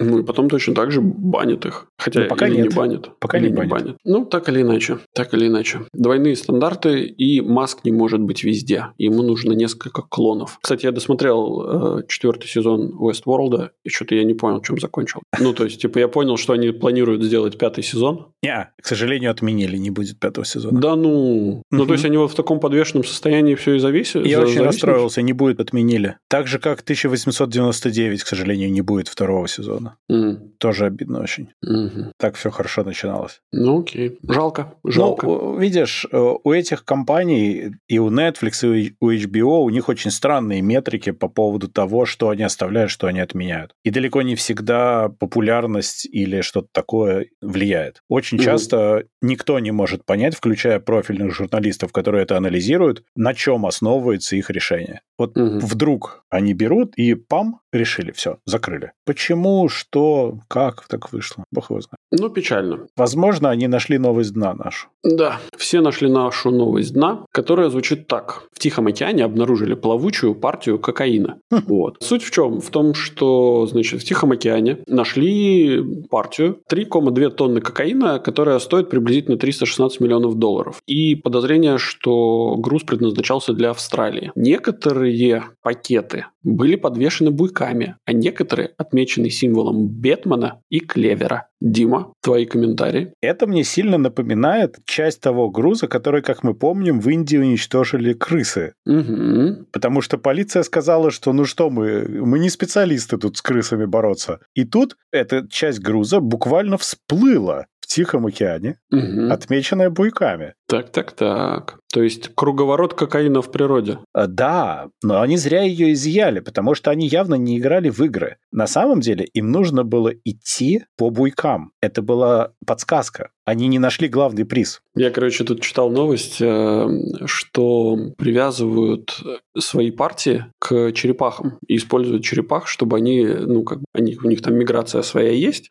Ну и потом точно так же банит их. Хотя ну, пока или нет. не банит. Пока или не банит. банит. Ну, так или иначе. Так или иначе. Двойные стандарты, и Маск не может быть везде. Ему нужно несколько клонов. Кстати, я досмотрел э, четвертый сезон Westworld, и что-то я не понял, чем закончил. Ну, то есть, типа, я понял, что они планируют сделать пятый сезон. Не, к сожалению, отменили, не будет пятого сезона. Да ну... Ну, то есть, они вот в таком подвешенном состоянии все и зависит? Я очень расстроился, не будет, отменили. Так же, как тысяча восемьсот девяносто девять, к сожалению, не будет второго сезона. Mm. Тоже обидно очень. Mm-hmm. Так все хорошо начиналось. Ну, окей. Жалко, жалко. Ну, видишь, у этих компаний, и у Netflix, и у эйч би о, у них очень странные метрики по поводу того, что они оставляют, что они отменяют. И далеко не всегда популярность или что-то такое влияет. Очень mm-hmm. часто никто не может понять, включая профильных журналистов, которые это анализируют, на чем основывается их решение. Вот mm-hmm. вдруг они берут и пам, решили, все, закрыли. Почему, что, как так вышло? Бог его знает. Ну, печально. Возможно, они нашли новость дна нашу. Да, все нашли нашу новость дна, которая звучит так. В Тихом океане обнаружили плавучую партию кокаина. Хм. Вот. Суть в чем? В том, что, значит, в Тихом океане нашли партию три целых две тонны кокаина, которая стоит приблизительно триста шестнадцать миллионов долларов. И подозрение, что груз предназначался для Австралии. Некоторые пакеты были подвешены буйками, а некоторые отмечены символом Бэтмена и клевера. Дима, твои комментарии? Это мне сильно напоминает часть того груза, который, как мы помним, в Индии уничтожили крысы. Угу. Потому что полиция сказала, что ну что мы, мы не специалисты тут с крысами бороться. И тут эта часть груза буквально всплыла в Тихом океане, угу. отмеченная буйками. Так-так-так. То есть круговорот кокаина в природе. А, да, но они зря ее изъяли, потому что они явно не играли в игры. На самом деле им нужно было идти по буйкам. Это была подсказка. Они не нашли главный приз. Я, короче, тут читал новость, что привязывают свои партии к черепахам и используют черепах, чтобы они, ну, как бы, они, у них там миграция своя есть.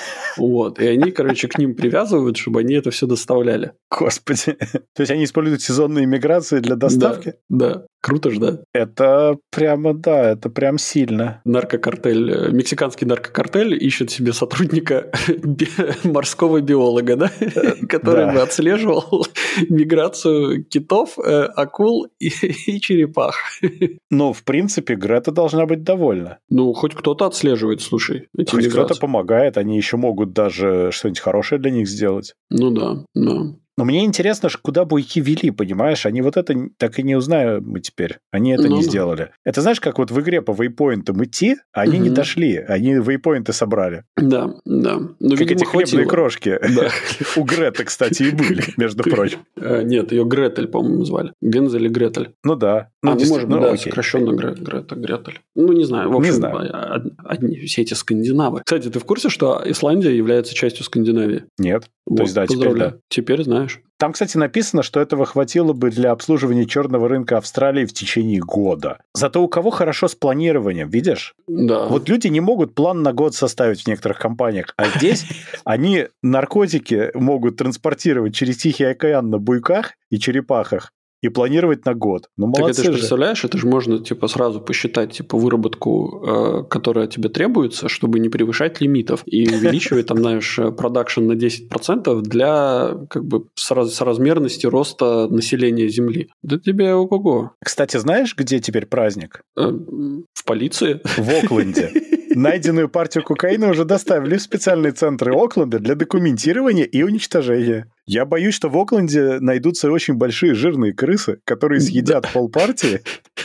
Вот, и они, короче, к ним привязывают, чтобы они это все доставляли. Господи. То есть они используют сезонные миграции для доставки? Да, да. Круто ж, да? Это прямо, да, это прям сильно. Наркокартель, мексиканский наркокартель ищет себе сотрудника би- морского биолога, да? Который бы отслеживал миграцию китов, акул и, и черепах. Ну, в принципе, Грета должна быть довольна. Ну, хоть кто-то отслеживает, слушай. Эти хоть миграции. Кто-то помогает, они еще могут даже что-нибудь хорошее для них сделать. Ну да, да. Но мне интересно, куда буйки вели, понимаешь? Они вот это так и не узнаем мы теперь. Они это ну, не да. сделали. Это знаешь, как вот в игре по вейпоинтам идти, а они угу. не дошли. Они вейпоинты собрали. Да, да. Но, как эти хлебные крошки. Да. У Греты, кстати, и были, между прочим. Нет, ее Гретель, по-моему, звали. Гензель и Гретель. Ну да. А, ну, может быть, да, сокращенно Грета, Гретель. Ну, не знаю. В общем, одни все эти скандинавы. Кстати, ты в курсе, что Исландия является частью Скандинавии? Нет. То есть, да, теперь да. Теперь знаешь. Там, кстати, написано, что этого хватило бы для обслуживания черного рынка Австралии в течение года. Зато у кого хорошо с планированием, видишь? Да. Вот люди не могут план на год составить в некоторых компаниях, а здесь они наркотики могут транспортировать через Тихий океан на буйках и черепахах и планировать на год. Ну, молодцы. Так это же, же. представляешь, это же можно типа сразу посчитать типа выработку, э, которая тебе требуется, чтобы не превышать лимитов, и увеличивать там, знаешь, продакшн на десять процентов для как бы соразмерности роста населения Земли. Да тебе ого-го. Кстати, знаешь, где теперь праздник? Э, в полиции? В Окленде. Найденную партию кокаина уже доставили в специальные центры Окленда для документирования и уничтожения. Я боюсь, что в Окленде найдутся очень большие жирные крысы, которые съедят полпартии.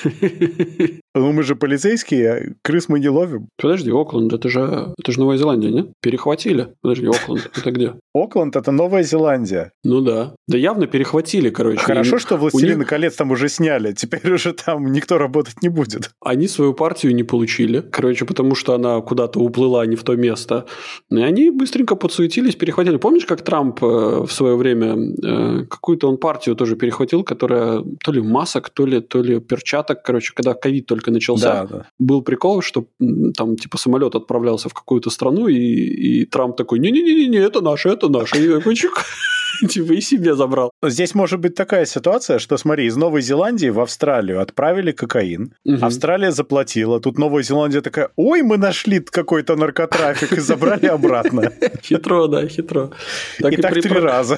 Ну, мы же полицейские, крыс мы не ловим. Подожди, Окленд, это же, это же Новая Зеландия, нет? Перехватили. Подожди, Окленд, это где? Окленд – это Новая Зеландия. Ну да. Да явно перехватили, короче. Хорошо, что «Властелина колец» там уже сняли. Теперь уже там никто работать не будет. Они свою партию не получили, короче, потому что она куда-то уплыла не в то место. И они быстренько подсуетились, перехватили. Помнишь, как Трамп в свое время какую-то он партию тоже перехватил, которая то ли масок, то ли, то ли перчаток, короче, когда ковид только начался, да, да. был прикол, что там типа самолет отправлялся в какую-то страну, и, и Трамп такой, не-не-не, это наше, это наше. И такой, чик. Типа и себе забрал. Здесь может быть такая ситуация, что, смотри, из Новой Зеландии в Австралию отправили кокаин, угу. Австралия заплатила, тут Новая Зеландия такая, ой, мы нашли какой-то наркотрафик и забрали обратно. Хитро, да, хитро. И так три раза.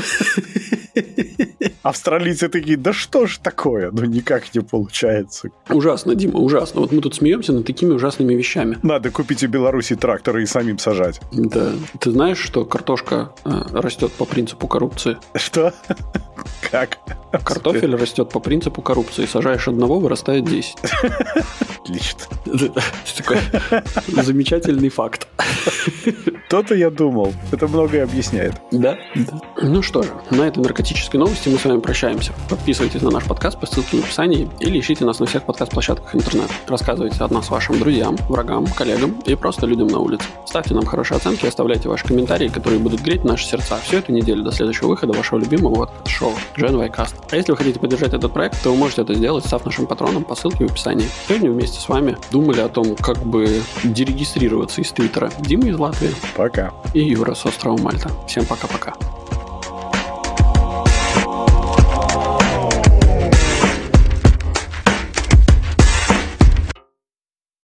Австралийцы такие, да что ж такое? Ну, никак не получается. Ужасно, Дима, ужасно. Вот мы тут смеемся над такими ужасными вещами. Надо купить у Беларуси тракторы и самим сажать. Да. Ты знаешь, что картошка э, растет по принципу коррупции? Что? Как? Картофель растет по принципу коррупции. Сажаешь одного, вырастает десять. Отлично. Такой замечательный факт. То-то я думал. Это многое объясняет. Да? Да. Ну что же, на этой наркотической новости мы с вами прощаемся. Подписывайтесь на наш подкаст по ссылке в описании или ищите нас на всех подкаст-площадках интернета. Рассказывайте о нас вашим друзьям, врагам, коллегам и просто людям на улице. Ставьте нам хорошие оценки и оставляйте ваши комментарии, которые будут греть наши сердца всю эту неделю до следующего выхода вашего любимого шоу джи эн вай Cast. А если вы хотите поддержать этот проект, то вы можете это сделать, став нашим патроном по ссылке в описании. Сегодня вместе с вами думали о том, как бы дерегистрироваться из Твиттера. Дима из Латвии. Пока. И Юра с острова Мальта. Всем пока-пока.